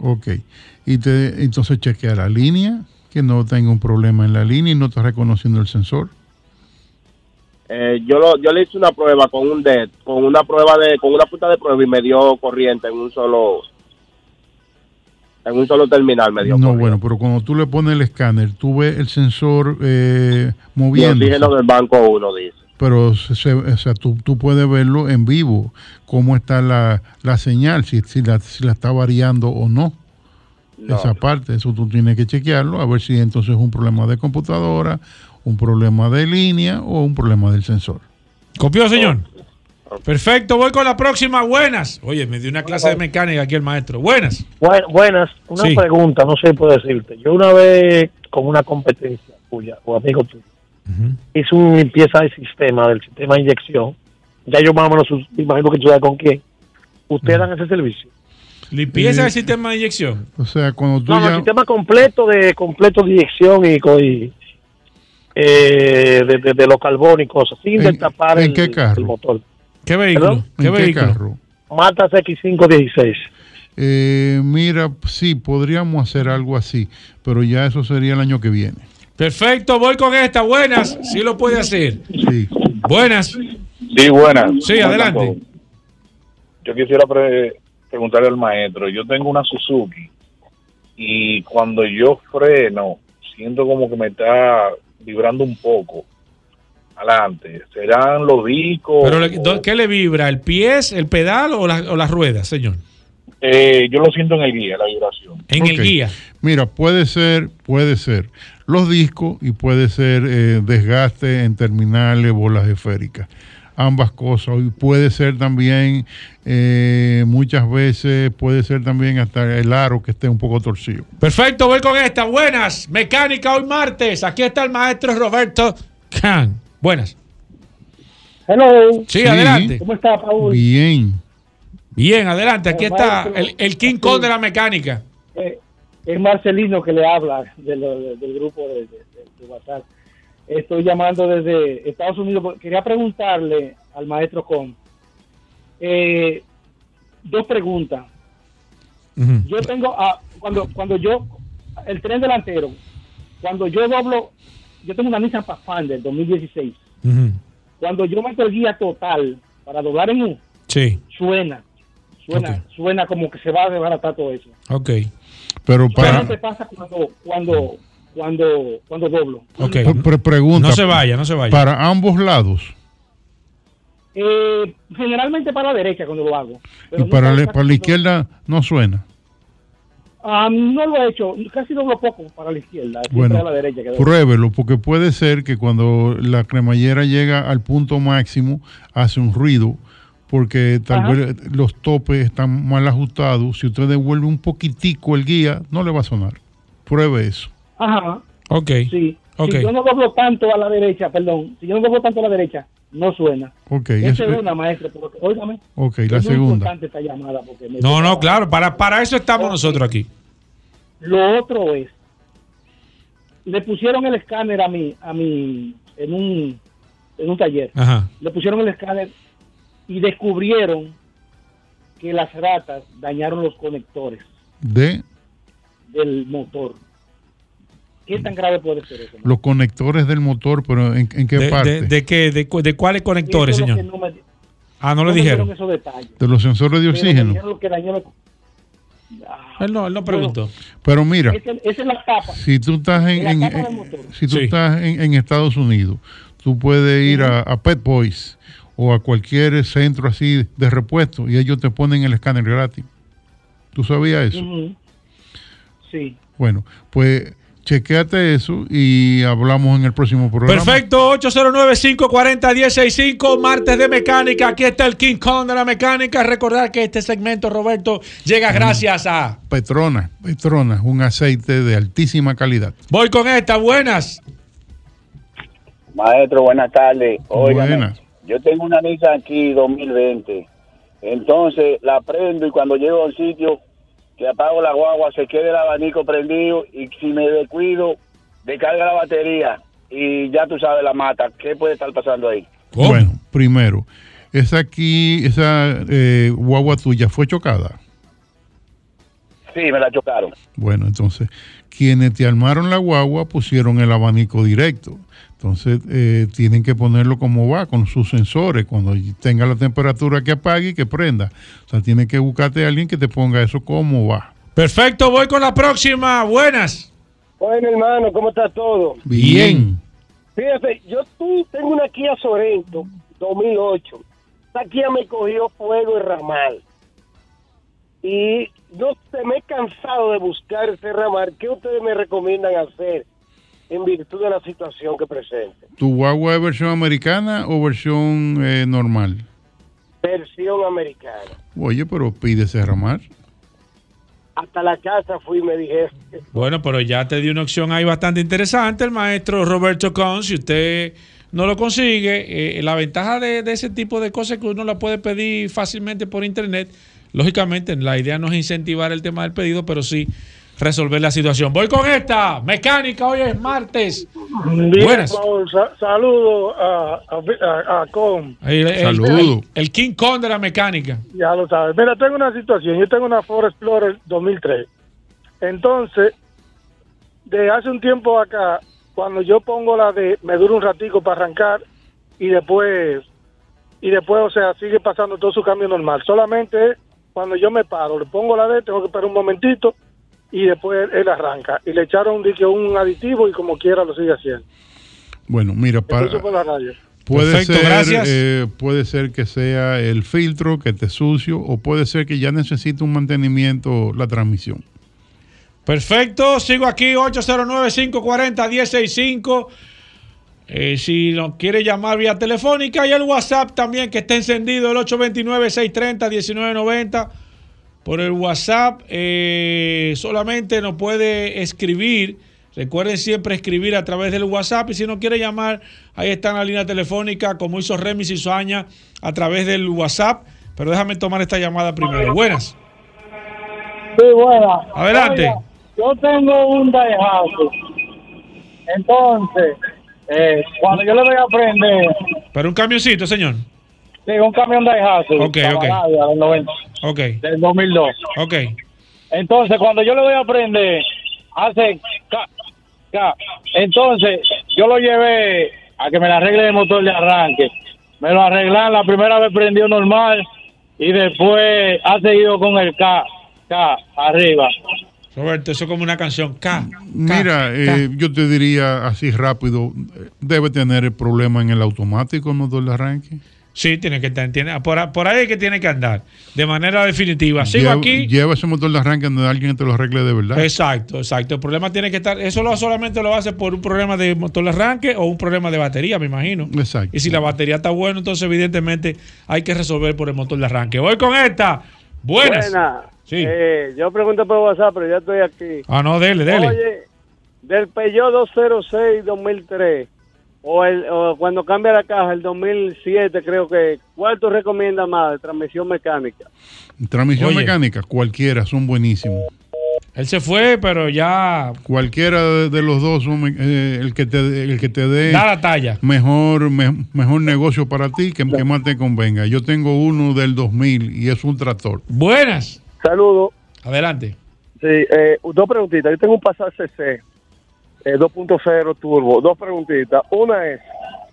Ok. Y te, entonces chequea la línea, que no tenga un problema en la línea y no está reconociendo el sensor. Eh, yo lo, yo le hice una prueba con un D E T, con una prueba de, con una punta de prueba y me dio corriente en un solo, en un solo terminal me dio. No, corriente. bueno, pero cuando tú le pones el escáner, tú ves el sensor eh, moviendo. Y el oxígeno del banco uno dice. Pero se, o sea, tú, tú puedes verlo en vivo, cómo está la, la señal, si, si, la, si la está variando o no. No. Esa parte, eso tú tienes que chequearlo, a ver si entonces es un problema de computadora, un problema de línea o un problema del sensor. ¿Copió, señor? Perfecto, voy con la próxima. Buenas. Oye, me dio una clase de mecánica aquí el maestro. Buenas. Bu- buenas. Una Sí. pregunta, no sé si puedo decirte. Yo una vez con una competencia tuya o amigo tuyo, Uh-huh. hice una limpieza del sistema, del sistema de inyección. Ya yo más o menos sus- imagino que tú sabes con quién. ¿Ustedes dan ese servicio? Limpieza Eh, del sistema de inyección. O sea, cuando tú No, no, ya... el sistema completo de completo de inyección y, co- y eh, de, de, de los carbones y cosas, sin ¿En- destapar en el, qué carro? el motor. ¿Qué vehículo? ¿Perdón? ¿Qué ¿En qué vehículo? carro? Mazda C X cinco dieciséis. Eh, mira, sí, podríamos hacer algo así, pero ya eso sería el año que viene. Perfecto, voy con esta. Buenas. Sí lo puede hacer. Sí. Buenas. Sí, buenas. Sí, adelante. Yo quisiera pre- preguntarle al maestro, yo tengo una Suzuki y cuando yo freno, siento como que me está vibrando un poco adelante. ¿Serán los discos? Pero le- do- ¿qué le vibra? ¿El pie, el pedal o, la- o las ruedas, señor? Eh, yo lo siento en el guía, la vibración. En el Ok. guía. Mira, puede ser, puede ser los discos y puede ser eh, desgaste en terminales, bolas esféricas. Ambas cosas. Y puede ser también, eh, muchas veces, puede ser también hasta el aro que esté un poco torcido. Perfecto, voy con esta. Buenas. Mecánica hoy martes. Aquí está el maestro Roberto Can. Buenas. Hello. Sí, Sí. adelante. ¿Cómo está, Paul? Bien. Bien, adelante. Aquí Eh, está maestro, el, el King Kong de la mecánica. Eh, es Marcelino que le habla de lo- de- del grupo de, de- de- de WhatsApp. Estoy llamando desde Estados Unidos. porque Quería preguntarle al maestro Con eh, dos preguntas. Yo tengo, ah, cuando cuando yo, el tren delantero, cuando yo doblo, yo tengo una Nissan Pathfinder dos mil dieciséis. Cuando yo meto el guía total para doblar en U, Sí. suena, suena, suena como que se va a desbaratar todo eso. Ok. Pero para... Solamente pasa cuando, cuando, cuando, cuando doblo. Ok. Pre- pre- pregunta. No se vaya, no se vaya. Para ambos lados. Eh, generalmente para la derecha cuando lo hago. Pero Y para, nunca la- pasa para la cuando- izquierda no suena. Ah, no lo he hecho, casi doblo poco para la izquierda, siempre Bueno, a la derecha. que doblo. pruébelo, porque puede ser que cuando la cremallera llega al punto máximo hace un ruido, porque tal Ajá. vez los topes están mal ajustados. Si usted devuelve un poquitico el guía, no le va a sonar. Pruebe eso. Ajá. Ok. Sí. Ok. Si yo no doblo tanto a la derecha, perdón, si yo no doblo tanto a la derecha, no suena. Ok, Esa eso- es una, maestra, porque, óigame, ok, es la muy segunda. importante esta llamada porque me No, no, toca- claro. Para, para eso estamos nosotros aquí. Lo otro es, le pusieron el escáner a mí, a mí, en un, en un taller. Ajá. Le pusieron el escáner y descubrieron que las ratas dañaron los conectores De del motor. ¿Qué tan grave puede ser eso? los conectores del motor, pero ¿en, en qué ¿De, parte? de, de qué? ¿De, cu- de cuáles conectores, Eso es lo señor? que no me- Ah, no no le me dijeron. dieron esos detalles. De los sensores de Pero me oxígeno. dijeron lo que dañó los- Él no, él no preguntó. Pero mira, Esa, esa es la tapa. si tú estás en, la en- tapa del en- motor. si tú Sí. estás en, en Estados Unidos, tú puedes ir a, a Pet Boys o a cualquier centro así de repuesto y ellos te ponen el escáner gratis. ¿Tú sabías eso? Ujú. Sí. Bueno, pues chequéate eso y hablamos en el próximo programa. Perfecto, ocho cero nueve, cinco cuatro cero, uno cero seis cinco, martes de mecánica. Aquí está el King Kong de la mecánica. Recordar que este segmento, Roberto, llega gracias a... Petronas, Petronas, un aceite de altísima calidad. Voy con esta, buenas. Maestro, buenas tardes. Óigame, Buenas. yo tengo una Nissan aquí dos mil veinte. Entonces la prendo y cuando llego a un sitio que apago la guagua se queda el abanico prendido y si me descuido descarga la batería y ya tú sabes la mata. ¿Qué puede estar pasando ahí? Bueno, primero, esa aquí, esa eh, guagua tuya fue chocada. Sí, me la chocaron. Bueno, entonces, quienes te armaron la guagua pusieron el abanico directo. Entonces, eh, tienen que ponerlo como va, con sus sensores. Cuando tenga la temperatura que apague y que prenda. O sea, tienen que buscarte a alguien que te ponga eso como va. Perfecto, voy con la próxima. Buenas. Bueno, hermano, ¿cómo está todo? Bien. Fíjate, yo tú, tengo una Kia Sorento dos mil ocho. Esta Kia me cogió fuego el ramal. Y no se me he cansado de buscar ese ramal. ¿Qué ustedes me recomiendan hacer en virtud de la situación que presente? ¿Tu guagua es versión americana o versión eh, normal? Versión americana. Oye, pero pide ese ramal. Hasta la casa fui y me dije. Bueno, pero ya te di una opción ahí bastante interesante, el maestro Roberto Con. Si usted no lo consigue, eh, la ventaja de, de ese tipo de cosas es que uno la puede pedir fácilmente por internet. Lógicamente, la idea no es incentivar el tema del pedido, pero sí resolver la situación. Voy con esta, mecánica, hoy es martes. Bien, Buenas. Paul, sa- saludo a, a, a, a Con. El, el- Saludo. El, el King Kong de la mecánica. Ya lo sabes. Mira, tengo una situación. Yo tengo una Ford Explorer dos mil tres. Entonces, de hace un tiempo acá, cuando yo pongo la de, me dura un ratico para arrancar y después, y después, o sea, sigue pasando todo su cambio normal. Solamente cuando yo me paro, le pongo la de, tengo que esperar un momentito y después él arranca. Y le echaron dique, un aditivo y como quiera lo sigue haciendo. Bueno, mira, para, Eso fue la radio. puede Perfecto, ser, gracias. eh, puede ser que sea el filtro que esté sucio o puede ser que ya necesite un mantenimiento la transmisión. Perfecto, sigo aquí, ocho cero nueve, cinco cuatro cero, uno cero seis cinco. Eh, si nos quiere llamar vía telefónica, y el WhatsApp también que está encendido, el ocho dos nueve, seis tres cero, uno nueve nueve cero. Por el WhatsApp eh, solamente nos puede escribir. Recuerden siempre escribir a través del WhatsApp, y si no quiere llamar, ahí está en la línea telefónica, como hizo Remy Cisoaña, a través del WhatsApp. Pero déjame tomar esta llamada primero. Buenas. Sí, buena. Adelante. Oiga, yo tengo un Daihatsu. Entonces, eh, cuando yo le voy a prender, Pero un camioncito, señor. sí, un camión Daihatsu. Ok, ok. Cabalaya, del noventa, Ok, del dos mil dos. ok. Entonces, cuando yo le voy a prender, hace ca, ca. Entonces, yo lo llevé a que me le arregle el motor de arranque. Me lo arreglan, la primera vez prendió normal y después ha seguido con el K, K, arriba. Roberto, eso es como una canción. K. Mira, eh, yo te diría así rápido, eh, debe tener el problema en el automático, el motor de arranque. Sí, tiene que estar, tiene, por, por ahí es que tiene que andar, de manera definitiva. Sigo Lleva, aquí. lleva ese motor de arranque donde alguien te lo arregle de verdad. Exacto, exacto. El problema tiene que estar, eso lo, solamente lo hace por un problema de motor de arranque o un problema de batería, me imagino. Exacto. Y si la batería está buena, entonces evidentemente hay que resolver por el motor de arranque. Voy con esta. Buenas. Buena. Sí. Eh, yo pregunto por WhatsApp, pero ya estoy aquí. Ah, no, dele, dele. Oye, del Peugeot doscientos seis dos mil tres o, el, o cuando cambia la caja, el dos mil siete creo que, ¿cuál tú recomiendas más de transmisión mecánica? Transmisión Oye. mecánica, cualquiera, son buenísimos. Él se fue, pero ya Cualquiera de, de los dos son eh, el que te el que te dé da la talla. mejor me- mejor negocio para ti, que, que más te convenga. Yo tengo uno del dos mil y es un tractor. Buenas. Saludos. Adelante. Sí, eh, dos preguntitas. Yo tengo un Passat C C eh, dos punto cero turbo. Dos preguntitas. Una es,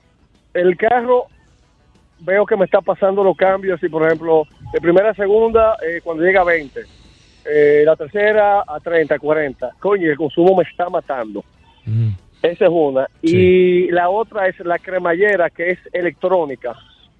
el carro, veo que me está pasando los cambios, y por ejemplo, de primera a segunda, eh, cuando llega a veinte, eh, la tercera a treinta, cuarenta. Coño, el consumo me está matando. Esa es una. Y la otra es la cremallera, que es electrónica.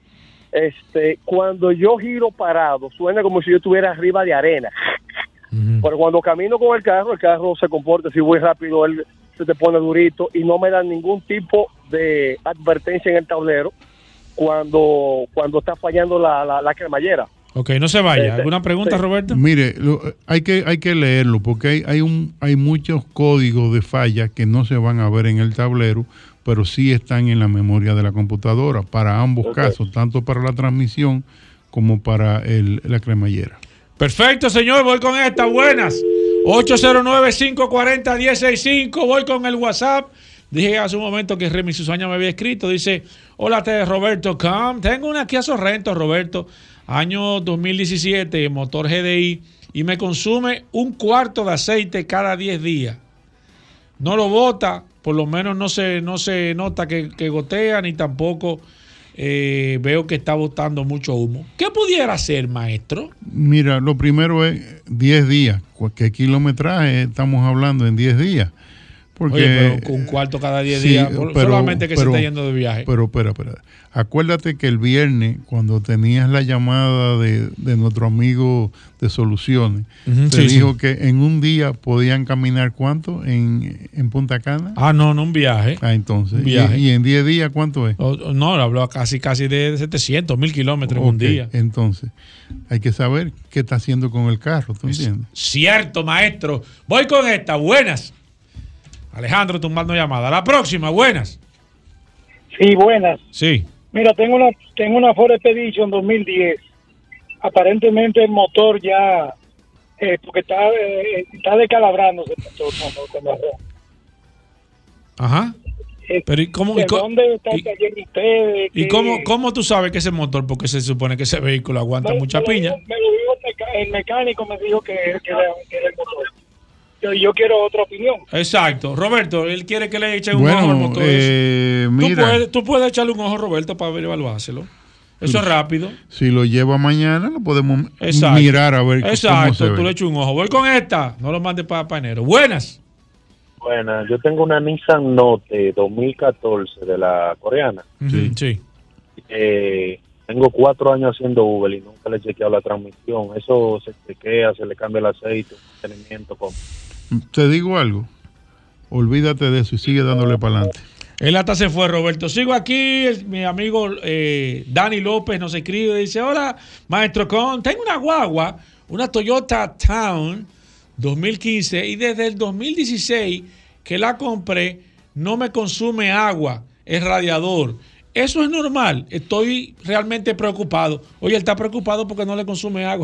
Este, cuando yo giro parado, suena como si yo estuviera arriba de arena. Pero cuando camino con el carro, el carro se comporta, si voy rápido, él se te pone durito y no me da ningún tipo de advertencia en el tablero cuando cuando está fallando la, la, la cremallera. Ok, no se vaya. Este, ¿Alguna pregunta, sí. Roberto? Mire, lo- hay que hay que leerlo porque hay hay un hay muchos códigos de falla que no se van a ver en el tablero, pero sí están en la memoria de la computadora para ambos Ok. casos, tanto para la transmisión como para el, la cremallera. Perfecto, señor. Voy con esta. Buenas. ocho cero nueve, cinco cuatro cero, uno cero seis cinco. Voy con el WhatsApp. Dije hace un momento que Remy Susaña me había escrito. Dice, hola, te Roberto Com. Tengo una Kia Sorrento, Roberto. año dos mil diecisiete, motor G D I, y me consume un cuarto de aceite cada diez días. No lo bota, por lo menos no se, no se nota que, que gotea, ni tampoco eh, veo que está botando mucho humo. ¿Qué pudiera hacer, maestro? Mira, lo primero es diez días. ¿Qué kilometraje estamos hablando en diez días? Porque, Oye, pero con un cuarto cada diez sí, días, por, pero, solamente que pero, se está yendo de viaje. Pero, espera, espera. Acuérdate que el viernes, cuando tenías la llamada de, de nuestro amigo de Soluciones, Uh-huh, te sí, dijo sí. que en un día podían caminar ¿cuánto? En, en Punta Cana. Ah, no, no un viaje. Ah, entonces. Un viaje. ¿Y, y en diez días cuánto es? O- o no, habló casi casi de setecientos mil kilómetros en un Ok, día. Entonces, hay que saber qué está haciendo con el carro, ¿tú entiendes? Cierto, maestro. Voy con esta. Buenas. Alejandro tumbando llamada. La próxima, buenas. Sí, buenas. Sí. Mira, tengo una tengo una Ford Expedition dos mil diez. Aparentemente el motor ya, eh, porque está eh, está descalabrándose el motor cuando, cuando arranca. Ajá. Eh, Pero ¿y cómo, y ¿de co- dónde está y- el taller de ustedes? ¿Y ¿Qué- cómo, cómo tú sabes que ese motor, porque se supone que ese vehículo aguanta me- mucha me lo piña? dijo- Me lo dijo el, meca- el mecánico, me dijo que, que, era, que era el motor. Yo, yo quiero otra opinión. Exacto. Roberto, él quiere que le echen un ojo al Bueno, motor. eh, tú, mira, puedes, tú puedes echarle un ojo, Roberto, para evaluárselo. Eso es rápido. si lo lleva mañana, lo podemos Exacto. mirar a ver cómo se Exacto, tú ve. le echas un ojo. Voy con esta. No lo mandes para enero. Buenas. Buenas, yo tengo una Nissan Note dos mil catorce de la coreana. Sí. sí. Eh, tengo cuatro años haciendo Uber y nunca le he chequeado la transmisión. Eso se chequea, se le cambia el aceite, mantenimiento. Con... Te digo algo, olvídate de eso y sigue dándole para adelante. Él hasta se fue, Roberto. Sigo aquí, el- mi amigo eh, Dani López nos escribe, dice, hola, maestro Con, tengo una guagua, una Toyota Town dos mil quince y desde el dos mil dieciséis que la compré no me consume agua, es radiador. Eso es normal, estoy realmente preocupado. Oye, él está preocupado porque no le consume agua.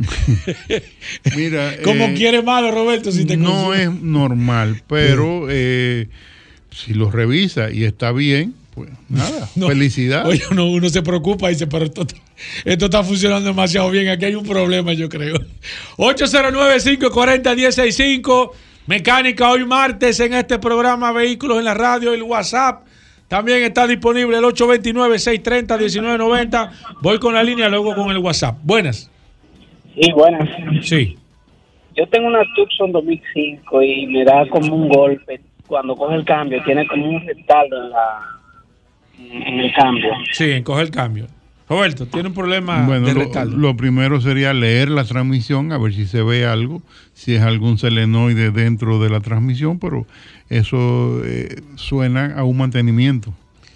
Mira, Como eh, quiere malo, Roberto, si te no consume. es normal, pero eh, si lo revisa y está bien, pues nada, No. felicidad. Oye, uno, uno se preocupa y dice, pero esto, esto está funcionando demasiado bien. Aquí hay un problema, yo creo. ocho cero nueve, cinco cuatro cero, uno cero seis cinco. Mecánica hoy martes en este programa Vehículos en la Radio. El WhatsApp también está disponible, el ocho dos nueve, seis tres cero, uno nueve nueve cero. Voy con la línea, luego con el WhatsApp. Buenas. Sí, buenas. Sí. Yo tengo una Tucson dos mil cinco y me da como un golpe cuando coge el cambio. Tiene como un respaldo en, la, en el cambio. Sí, en coger el cambio. Roberto, tiene un problema Bueno, de lo, respaldo. lo primero sería leer la transmisión, a ver si se ve algo, si es algún selenoide dentro de la transmisión, pero eso eh, suena a un mantenimiento.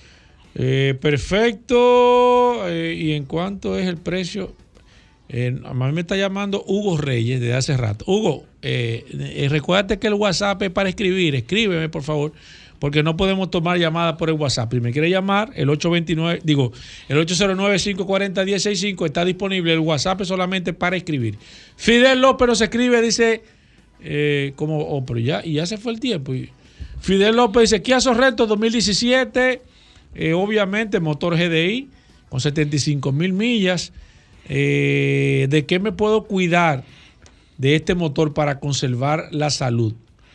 Eh, perfecto. Eh, ¿Y en cuánto es el precio? Eh, a mí me está llamando Hugo Reyes desde hace rato. Hugo, eh, eh, recuérdate que el WhatsApp es para escribir. Escríbeme, por favor, porque no podemos tomar llamadas por el WhatsApp. Si me quiere llamar, el ocho dos nueve, digo, el ocho cero nueve, cinco cuatro cero, uno cero seis cinco está disponible. El WhatsApp es solamente para escribir. Fidel López nos escribe, dice, eh, como, oh, pero ya, y ya se fue el tiempo. Y Fidel López dice, Kia Sorrento dos mil diecisiete, eh, obviamente motor G D I con setenta y cinco mil millas. Eh, ¿De qué me puedo cuidar de este motor para conservar la salud?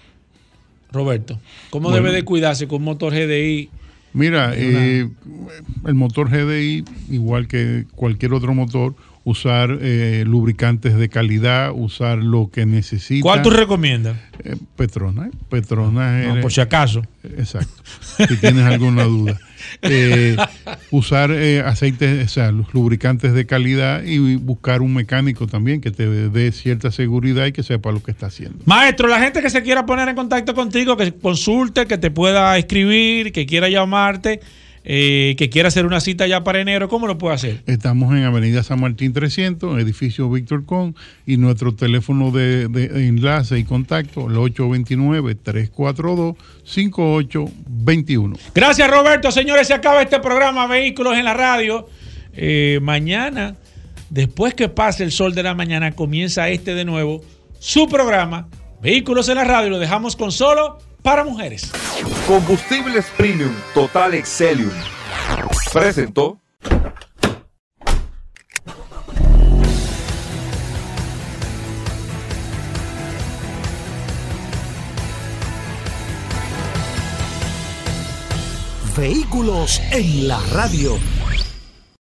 Roberto, ¿cómo Bueno. debe de cuidarse con un motor G D I? Mira, Una- eh, el motor G D I, igual que cualquier otro motor, usar eh, lubricantes de calidad, usar lo que necesita. ¿Cuál tú recomiendas? Eh, Petronas. Petronas. No, eh, por si acaso. Exacto. Si tienes alguna duda. Eh, usar eh, aceites, o sea, los lubricantes de calidad y buscar un mecánico también que te dé cierta seguridad y que sepa lo que está haciendo. Maestro, la gente que se quiera poner en contacto contigo, que consulte, que te pueda escribir, que quiera llamarte, eh, que quiera hacer una cita ya para enero, ¿cómo lo puede hacer? Estamos en Avenida San Martín trescientos, edificio Víctor Con, y nuestro teléfono de, de enlace y contacto, el ocho dos nueve, tres cuatro dos, cinco ocho dos uno. Gracias, Roberto. Señores, se acaba este programa Vehículos en la Radio. Eh, mañana, después que pase el sol de la mañana, comienza este de nuevo, su programa Vehículos en la Radio. Lo dejamos con Solo para Mujeres. Combustibles Premium Total Excelium presentó. Vehículos en la Radio.